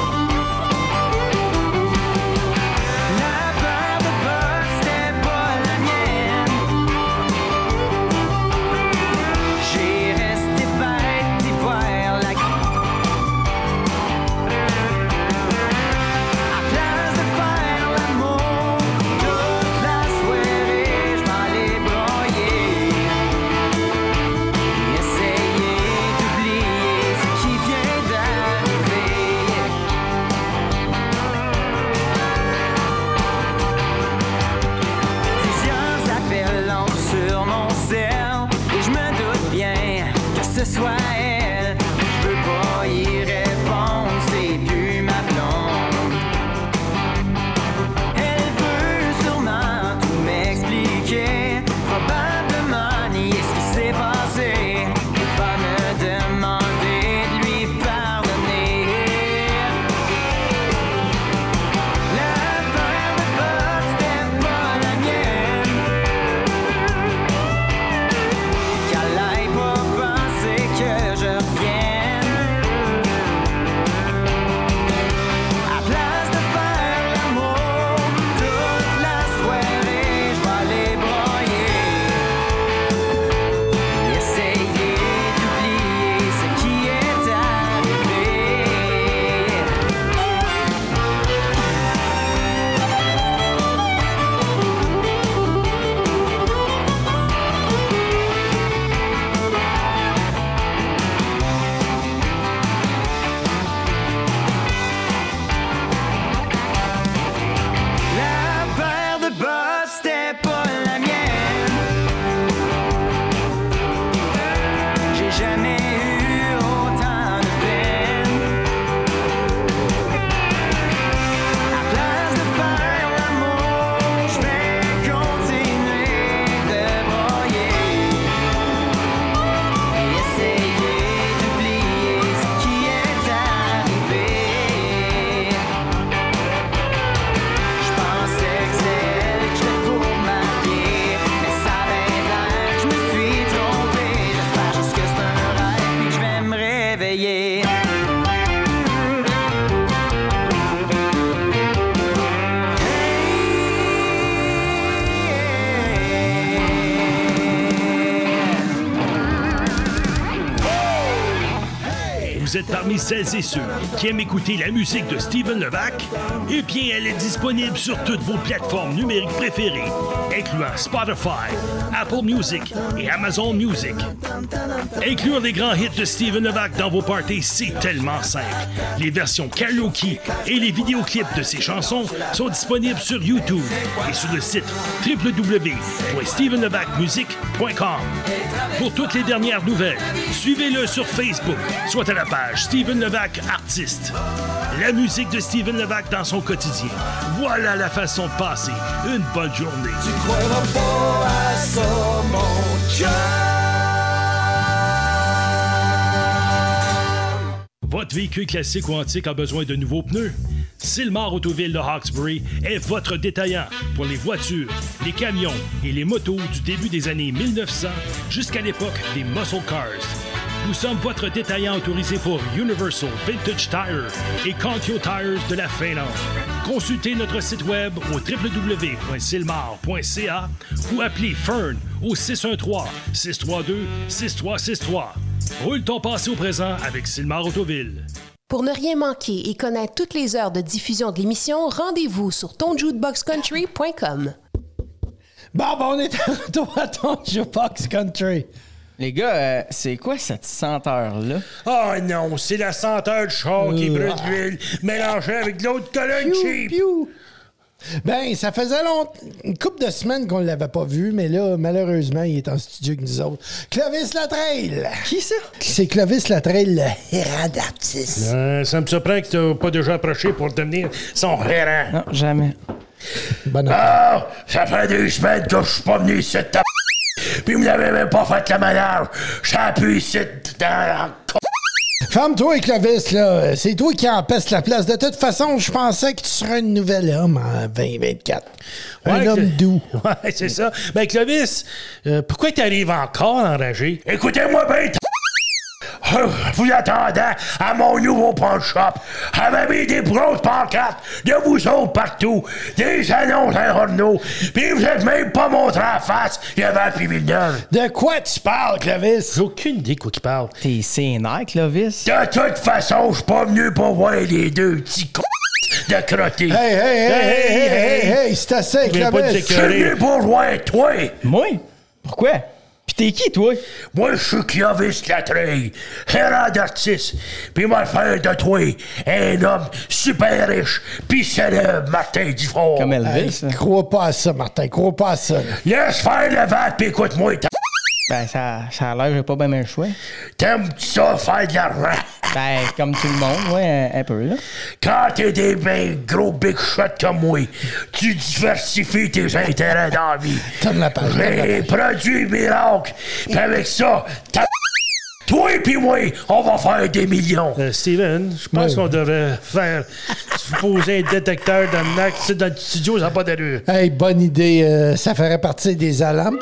vous êtes parmi celles et ceux qui aiment écouter la musique de Steven Levac, eh bien, elle est disponible sur toutes vos plateformes numériques préférées, incluant Spotify, Apple Music et Amazon Music. Inclure les grands hits de Steven Levac dans vos parties, c'est tellement simple. Les versions karaoke et les vidéoclips de ses chansons sont disponibles sur YouTube et sur le site www.stevenlevacmusic.com. Pour toutes les dernières nouvelles, suivez-le sur Facebook, soit à la page Steven Levac Artiste. La musique de Steven Levac dans son quotidien. Voilà la façon de passer une bonne journée. Tu croiras pas à ça, mon cœur. Votre véhicule classique ou antique a besoin de nouveaux pneus? Silmar Autoville de Hawkesbury est votre détaillant pour les voitures, les camions et les motos du début des années 1900 jusqu'à l'époque des muscle cars. Nous sommes votre détaillant autorisé pour Universal Vintage Tire et Contio Tires de la Finlande. Consultez notre site web au www.silmar.ca ou appelez Fern au 613-632-6363. Roule ton passé au présent avec Silmar Autoville. Pour ne rien manquer et connaître toutes les heures de diffusion de l'émission, rendez-vous sur tonjukeboxcountry.com. Bon, on est à retour à ton Jukebox Country. Les gars, c'est quoi cette senteur-là? Oh non, c'est la senteur du char qui brûle l'huile mélangée avec de l'eau de colonne cheap. Ben, ça faisait une couple de semaines qu'on ne l'avait pas vu, mais là, malheureusement, il est en studio avec nous autres. Clovis Latreille! Qui ça? C'est Clovis Latreille, le héran d'artiste. Ça me surprend que tu n'as pas déjà approché pour devenir son héran. Non, jamais. Ah! Ça fait 2 semaines que je suis pas venu ici de ta puis vous n'avez même pas fait la ménage. J'ai appuyé ici dans la Ferme-toi, Clovis, là. C'est toi qui empêche la place. De toute façon, je pensais que tu serais un nouvel homme en 2024. Un homme doux. Ouais, c'est ça. Ben, Clovis, pourquoi tu arrives encore enragé? Écoutez-moi bien, vous attendant à mon nouveau pawn shop. J'avais mis des grosses pancartes de vous autres partout, des annonces à Renault, puis vous êtes même pas montré la face, il y avait un Villeneuve. De quoi tu parles, Clovis? J'ai aucune idée de quoi il parle. T'es sénère, Clovis? De toute façon, je suis pas venu pour voir les deux petits de crottés. Hey, c'est assez, Clovis. Je suis venu pour voir toi. Moi? Pourquoi? Pis t'es qui, toi? Moi, je suis Clovis Latreille, héran d'artiste. Pis moi, faire de toi un homme super riche, pis célèbre Martin Dufort. Comme Elvis. Crois pas à ça, Martin, crois pas à ça. Laisse faire le vent, pis écoute-moi. Ben, ça a l'air, j'ai pas bien le choix. T'aimes-tu ça, faire de l'argent? Ben, comme tout le monde, ouais, un peu, là. Quand t'es des ben gros big shots comme moi, tu diversifies tes intérêts dans la vie. Donne la page. J'ai produit miracle. Pis avec ça, toi et puis moi, on va faire des millions. Steven, je pense qu'on devrait poser un détecteur d'amnac dans le studio, ça n'a pas d'allure. Hey, bonne idée. Ça ferait partie des alarmes.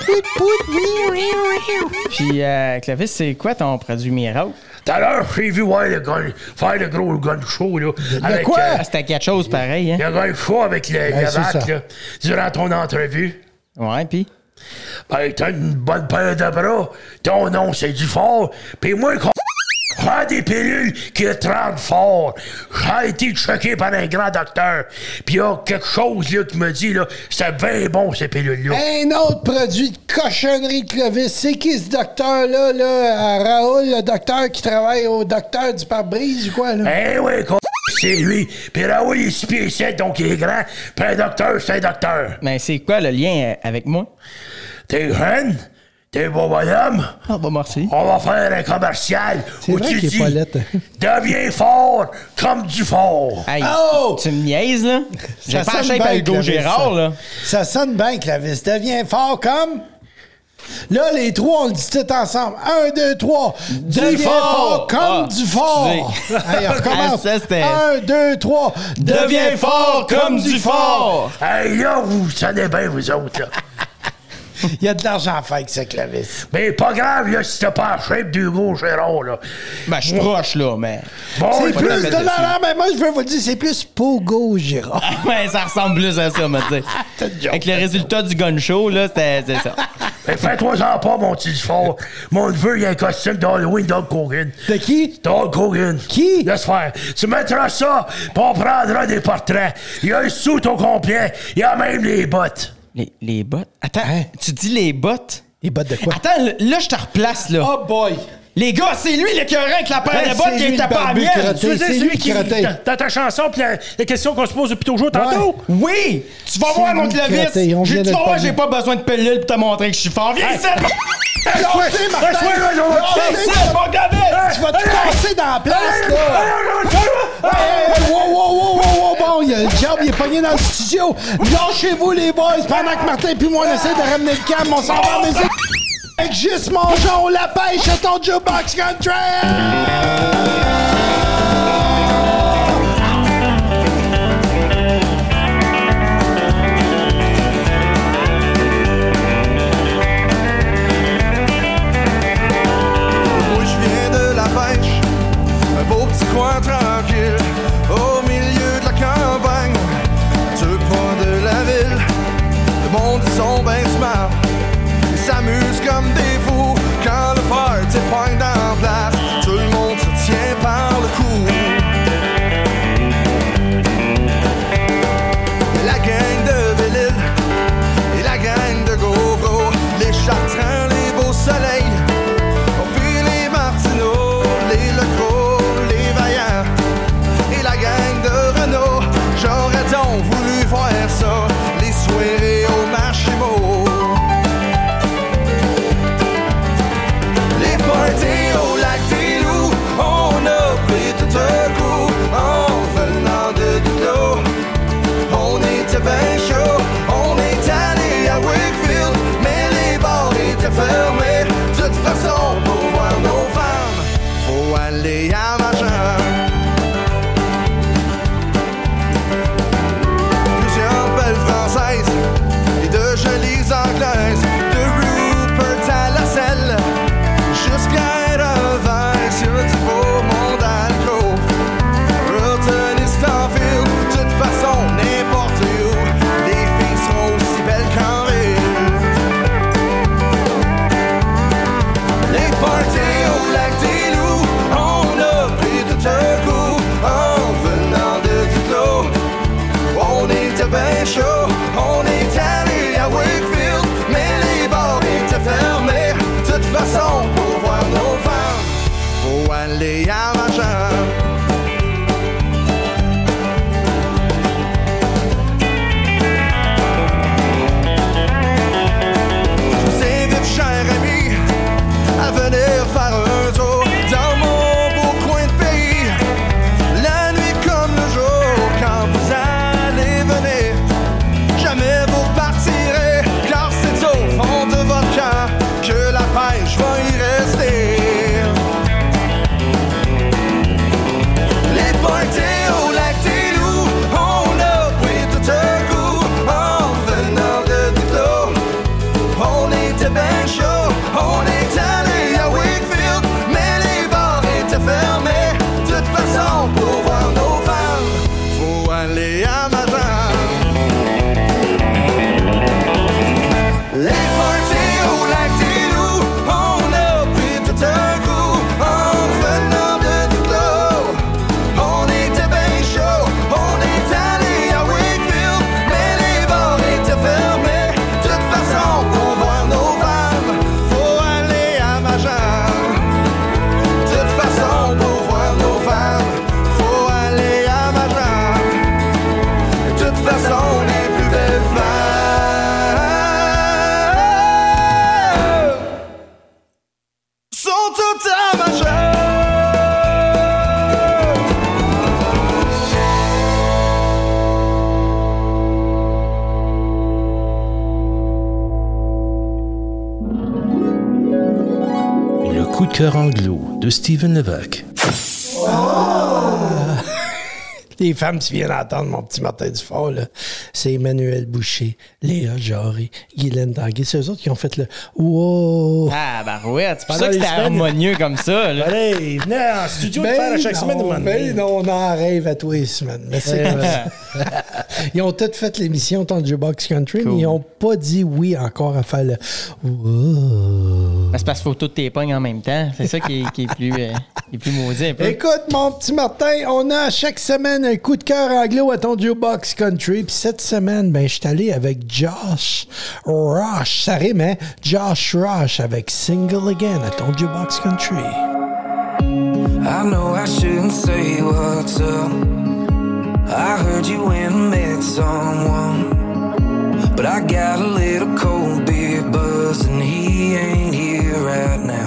Puis, Clovis, c'est quoi ton produit miracle? Tout à l'heure, j'ai vu faire le gros gun show, là. Avec, quoi? C'était quelque chose pareil, hein? Le gun show avec le vac, là, durant ton entrevue. Ouais, pis? Ben, t'as une bonne paire de bras. Ton nom, c'est Dufort. Pis moi, prends des pilules qui te rendent fort. J'ai été choqué par un grand docteur. Pis y a quelque chose, là, qui me dit, là, c'est bien bon, ces pilules-là. Un autre produit de cochonnerie, Clovis. C'est qui ce docteur-là, là? Raoul, le docteur qui travaille au docteur du pare-brise ou quoi, là? Eh oui, c'est lui. Pis Raoul, il est 6 pieds 7, donc il est grand. Pis un docteur, c'est un docteur. Mais c'est quoi le lien avec moi? T'es jeune? T'es beau bonhomme? Ah, bah, merci. On va faire un commercial C'est où vrai tu qu'il est dis pas lettre. deviens fort comme Dufort. Hey, Oh! tu me niaises, là? J'ai Ça pas sonne acheté par bien, Hugo Clovis, Gérard, ça. là. Ça sonne bien, Clovis. Deviens fort comme... Là, les trois, on le dit tout ensemble. 1, 2, 3. Deviens fort comme Dufort. Hey, on recommence. Ah, ça, c'était... 1, 2, 3. Deviens fort comme Dufort. Hey, là, vous sonnez bien, vous autres, là. Il y a de l'argent à faire avec ce clavis. Mais pas grave, là, si t'as pas la shape d'Hugo Gérard, là. Ben, je suis proche, là, mais... Bon, C'est plus de l'heure, mais moi, je veux vous dire, c'est plus Pogo Gérard. Ouais, ça ressemble plus à ça, me dire. Avec le résultat du gun show, là, c'est ça. Mais fais-toi-en pas, mon petit fort. Mon neveu, il a un costume d'Halloween d'Hulk Hogan. De qui? D'Hulk Hogan. Qui? Laisse faire. Tu mettras ça, puis on prendra des portraits. Il y a un soute au complet. Il y a même les bottes. Les bottes? Attends, tu dis les bottes? Les bottes de quoi? Attends, là, je te replace, là. Oh boy! Les gars, c'est lui l'écœurant avec la paire de bottes qui était pas à mienne. C'est celui qui... Dans ta chanson, puis la question qu'on se pose depuis toujours tantôt. Oui! Tu vas voir, mon clavis. Tu vas voir, j'ai pas besoin de pellules pour te montrer que je suis fort. Viens ici! Lâchez, Martin! mon clavis! Tu vas te casser dans la place, là! Wow! Bon, il y a le job, il est pogné dans le studio. Lâchez-vous, les boys, pendant que Martin puis moi, on essaie de ramener le calme. On s'en va en musique. Avec juste mon Jean, la pêche à ton Jukebox Country! Moi je viens de la pêche, un beau petit coin tranquille, au milieu de la campagne, deux points de la ville. Le monde ils sont ben smart, ils s'amusent comme des fous. Quand le party pointe en place, tout le monde se tient par le cou. La gang de Belle-Île et la gang de Gauvreau, les Chartrans, les Beaux Soleils, puis les Martineaux, les Lecros, les Vaillants et la gang de Renault. J'aurais donc voulu voir ça, les soirées au marché Meaux. Les parties au lac des Loups, on a pris tout un coup en venant de Duclos. On était ben chaud, on est allé à Wakefield, mais les bars étaient fermés. De toute façon, pour voir nos femmes, faut aller à Marchand. Plusieurs belles françaises et de jolies anglaises, de Rupert à la selle, jusqu'à Edelweiss, sur du beau monde alcove. Rotten et Starfield, de toute façon, n'importe où, les filles seront aussi belles qu'en ville. Les parties au lac des Loups, on a pris tout un coup en venant de Duclos. On était ben chaud, on est allé à Wakefield, mais les bars étaient fermés. De toute façon, pour voir nos femmes, faut aller à Marchand. Je vous invite, cher ami, à venir faire un tour dans mon beau coin de pays. La nuit comme le jour, quand vous allez venir, jamais vous partirez, car c'est au fond de votre cœur que la pêche va y rester. Les parties au lac des Loups, on a pris tout un coup en venant de Duclos. On était ben chaud, on est allé à Wakefield, mais les bars étaient fermés. De toute façon, pour voir nos femmes, faut aller à Marchand. Les parties au lac des Loups, on a pris tout un coup en venant de Duclos. On était ben chaud, on est allé à Wakefield, mais les bars étaient fermés. De toute façon, pour voir nos femmes, faut aller à Marchand. De toute façon, pour voir nos femmes, faut aller à Marchand. De toute façon, les plus belles femmes sont toutes à Marchand. Le coup de cœur anglo de Steven Levac. Les femmes, tu viens d'entendre mon petit Martin Dufort, là, c'est Emmanuel Boucher, Léa Jarry, Guylaine Tanguay. C'est eux autres qui ont fait le « Wow! » Ah, barouette. C'est pour ça que c'était harmonieux comme ça. Là. Allez, venez en studio de faire à chaque semaine. Non, on en rêve à tous les semaines. Mais c'est ils ont tous fait l'émission Ton Jukebox Country, mais ils n'ont pas dit oui encore à faire le « Wow! » C'est parce qu'il faut toutes tes pognes en même temps. C'est ça qui est plus maudit un peu. Écoute, mon petit Martin, on a chaque semaine un coup de cœur anglo à ton Jukebox Country. Puis cette semaine, ben, je suis allé avec Josh Rush. Ça rime, hein? Josh Rush avec Single Again à ton Jukebox Country. I know I shouldn't say what's up. I heard you went and met someone. But I got a little cold beer buzz and he ain't here right now.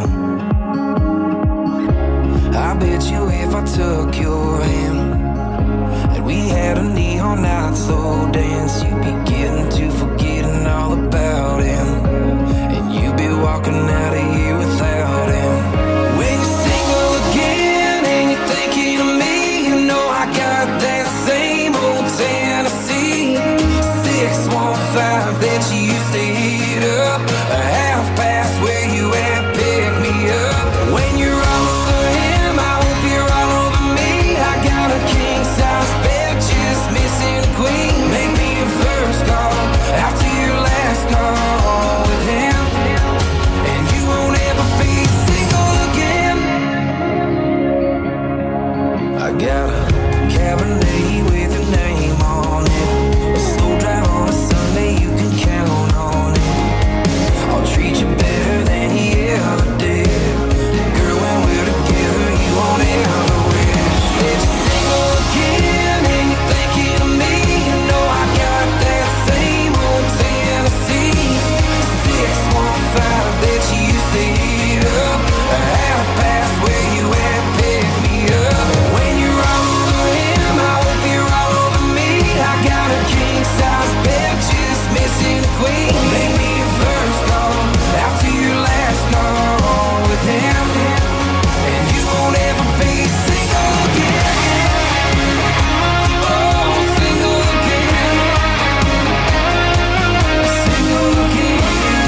I bet you if I took your hand and we had a neon night slow dance, you'd be getting to forgetting all about him, and you'd be walking out of here without him. When you're single again and you're thinking of me, you know I got that same old Tennessee 615 that you used to heat up, a half past where you at, pick me up. When you're all over him, I hope you're all over me. I got a king size bed, just missing a queen. Make me your first call after your last call with him, and you won't ever be single again. I got a Cabernet with your name on it, a slow drive on a Sunday, you can count on it. I'll treat you better than he ever did. Girl, when we're together, you won't ever wish that you're single again and you're thinking of me. You know I got that same old Tennessee 615 that you used to heat up, a half past where you at, pick me up. When you're all over him, I hope you're all over me. I got a king size bed, just missing a queen. Make me your first call after your last call with him, and you won't ever be single again. Oh, single again. Single again.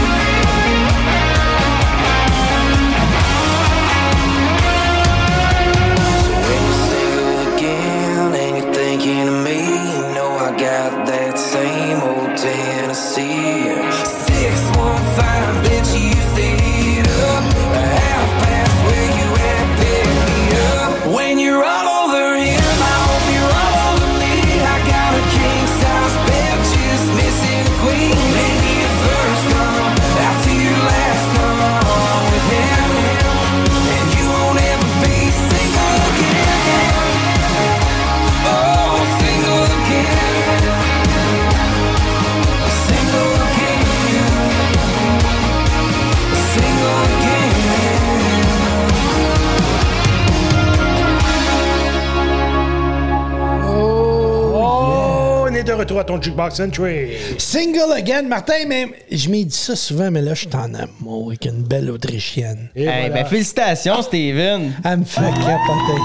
So when you're single again and you're thinking of me, you know I got that same old Tennessee 615 that you used to heat up, a half past where you at, pick me up. When you're all over him, I hope you're all over me. I got a king size bed, just missing a queen. Make me your first call after your last call with him, and you won't ever be single again. Oh, single again. Single again. Single again. Oh, on est de retour à ton Jukebox Country. Single Again, Martin, mais je m'ai dit ça souvent, mais là, je suis en amour avec une belle Autrichienne. Et Hey, voilà. ben, félicitations, Steven. Elle me fait capoter.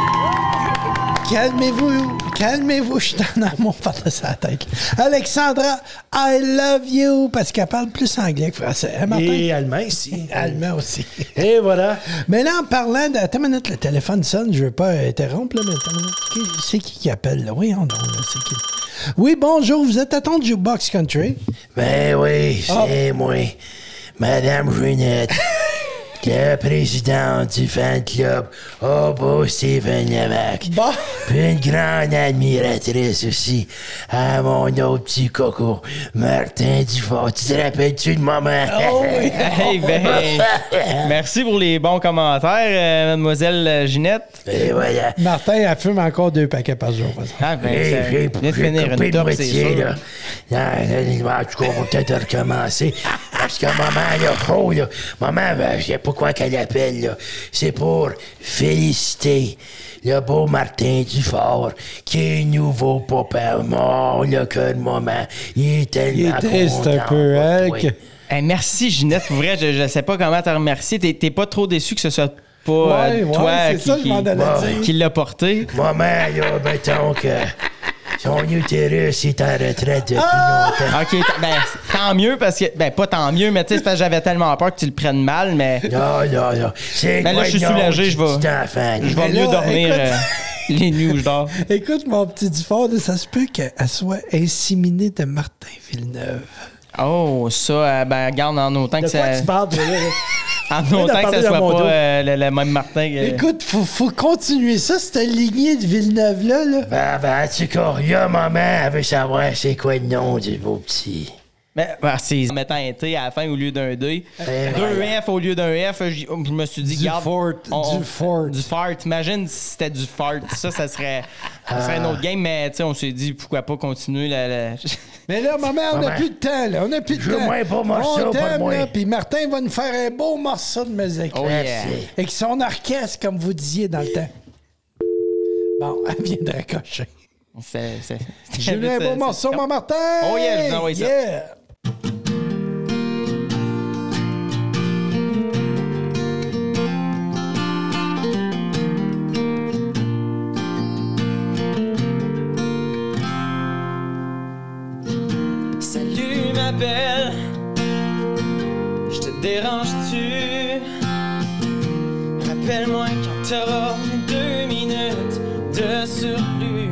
Calmez-vous, je suis en amour par sa tête. Alexandra, I love you, parce qu'elle parle plus anglais que français. Hein, Martin? Et allemand ici. Allemand aussi. Et voilà. Mais là, en parlant de... Attends une minute, le téléphone sonne, je veux pas interrompre, là, mais attends une minute. C'est qui appelle, là? Voyons donc, là, c'est qui? Oui, bonjour, vous êtes à ton Jukebox Country? Ben oui, c'est moi, Madame Ginette, le président du fan club Hobo Steven Levac. Bon. Puis une grande admiratrice aussi à mon autre petit coco, Martin Dufort. Tu te rappelles-tu de maman? Oh oui. Hey, ben, merci pour les bons commentaires, mademoiselle Ginette. Et voilà. Martin, elle fume encore 2 paquets par jour. par exemple. Ah, ben, Hey, ça j'ai vient de finir coupé une de top, c'est moitié, sûr. là. En tout cas, on va peut-être recommencer. Parce que maman, là, oh, là, maman, ben, je sais pas quoi qu'elle appelle, là. C'est pour féliciter le beau Martin Dufort, qui est nouveau papa. Oh, le cœur de maman, il est tellement Il est triste un content, peu, hein? oui. que- Hey, merci, Ginette. Pour vrai, je sais pas comment te remercier. T'es pas trop déçu que ce soit pas toi c'est ça, je m'en allais dire. qui l'a porté. Maman, là, mettons que son utérus est en retraite depuis longtemps. OK, tant mieux, parce que... Ben, pas tant mieux, mais tu sais, c'est parce que j'avais tellement peur que tu le prennes mal, mais... Non. C'est là, je suis soulagé, je vais mieux dormir les nuits où je dors. Écoute, mon petit Dufort, ça se peut qu'elle soit inséminée de Martin Villeneuve. Oh, ça, regarde, en autant que ça... De quoi tu parles, en autant que ça soit pas le même Martin. Écoute, faut continuer ça, cette lignée de Villeneuve-là. En tout cas, là, maman, elle veut savoir c'est quoi le nom du beau petit. C'est mettant un T à la fin au lieu d'un D. Deux F au lieu d'un F. Je me suis dit, du fort. Du fart. Imagine si c'était du fart. Ça serait un autre game, mais on s'est dit, pourquoi pas continuer Mais là, maman, on n'a plus de temps, là. On n'a plus de temps. Je veux moins pas morceau, pas de moi. Puis Martin va nous faire un beau morceau de musique. Oh yeah. Avec son orchestre, comme vous disiez dans le temps. Bon, elle vient de raccrocher. J'ai eu un beau morceau, mon Martin! Oh yeah, je vous envoie ça. Salut ma belle, je te dérange-tu? Rappelle-moi quand t'auras 2 minutes de surplus.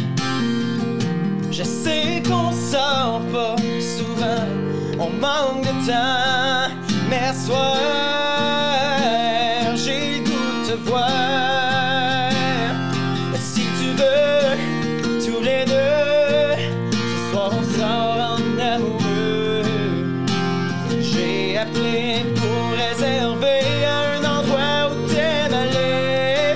Je sais qu'on sort pas souvent, on manque de temps, mais ce soir, j'ai le goût de te voir. Si tu veux, tous les deux, ce soir on sort en amoureux. J'ai appelé pour réserver un endroit où t'aimes aller.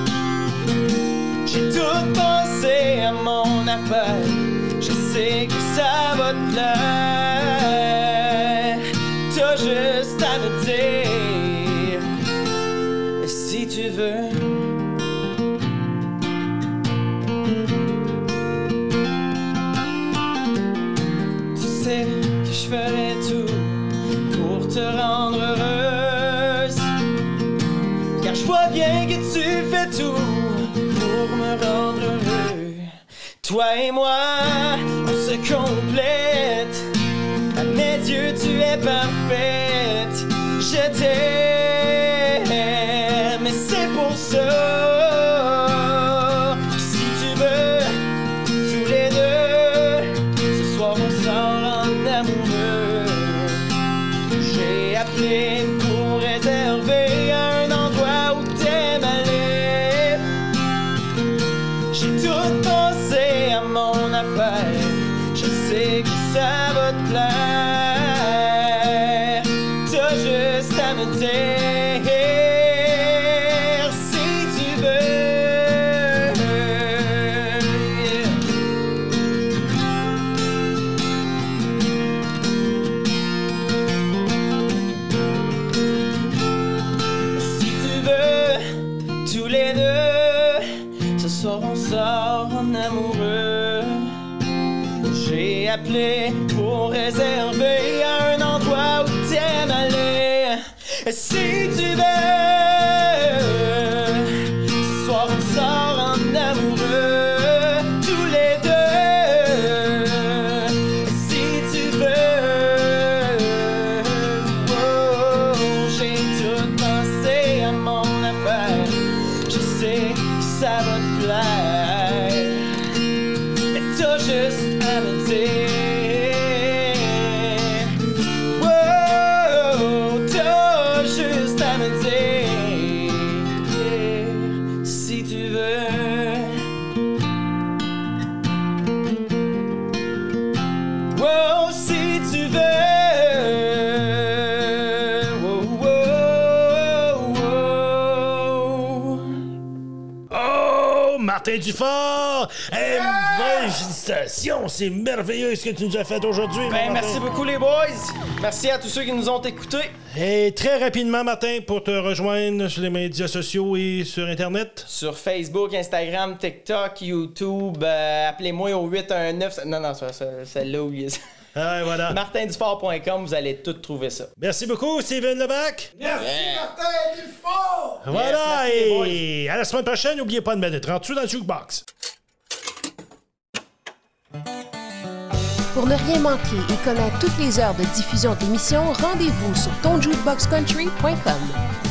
J'ai tout pensé à mon affaire, je sais que ça va te plaire. T'as juste à me dire si tu veux. Tu sais que je ferai tout pour te rendre heureuse, car je vois bien que tu fais tout pour me rendre heureux. Toi et moi, on se complète. À mes yeux, tu es parfaite. Je t'aime, et c'est pour ça. Si tu veux, tous les deux, ce soir on sort en amoureux. J'ai appelé pour réserver un endroit où t'aimes aller. J'ai tout pensé à mon affaire, je sais que ça va te plaire. T'as juste à me dire si tu veux. Si tu veux, tous les deux, ce soir on sort en amoureux. J'ai appelé pour réserver un endroit où t'aimes aller. Si tu veux, ce soir on sort en amoureux, tous les deux. Si tu veux, oh, j'ai tout pensé à mon affaire, je sais que ça va te plaire, mais t'as juste à me dire. Oh, t'as juste à me dire si tu veux. Oh, si tu veux. Oh, Martin Dufort! Félicitations, c'est merveilleux ce que tu nous as fait aujourd'hui. Ben, merci beaucoup les boys. Merci à tous ceux qui nous ont écoutés. Et très rapidement, Martin, pour te rejoindre sur les médias sociaux et sur Internet. Sur Facebook, Instagram, TikTok, YouTube, appelez-moi au 819... Non, celle-là, oubliez ça. Voilà. MartinDufort.com, vous allez tout trouver ça. Merci beaucoup, Steven Levac. Merci, Martin Dufort! Voilà, Yes, merci, et à la semaine prochaine, n'oubliez pas de mettre 30 sous dans le jukebox. Pour ne rien manquer et connaître toutes les heures de diffusion de l'émission, rendez-vous sur tonjukeboxcountry.com.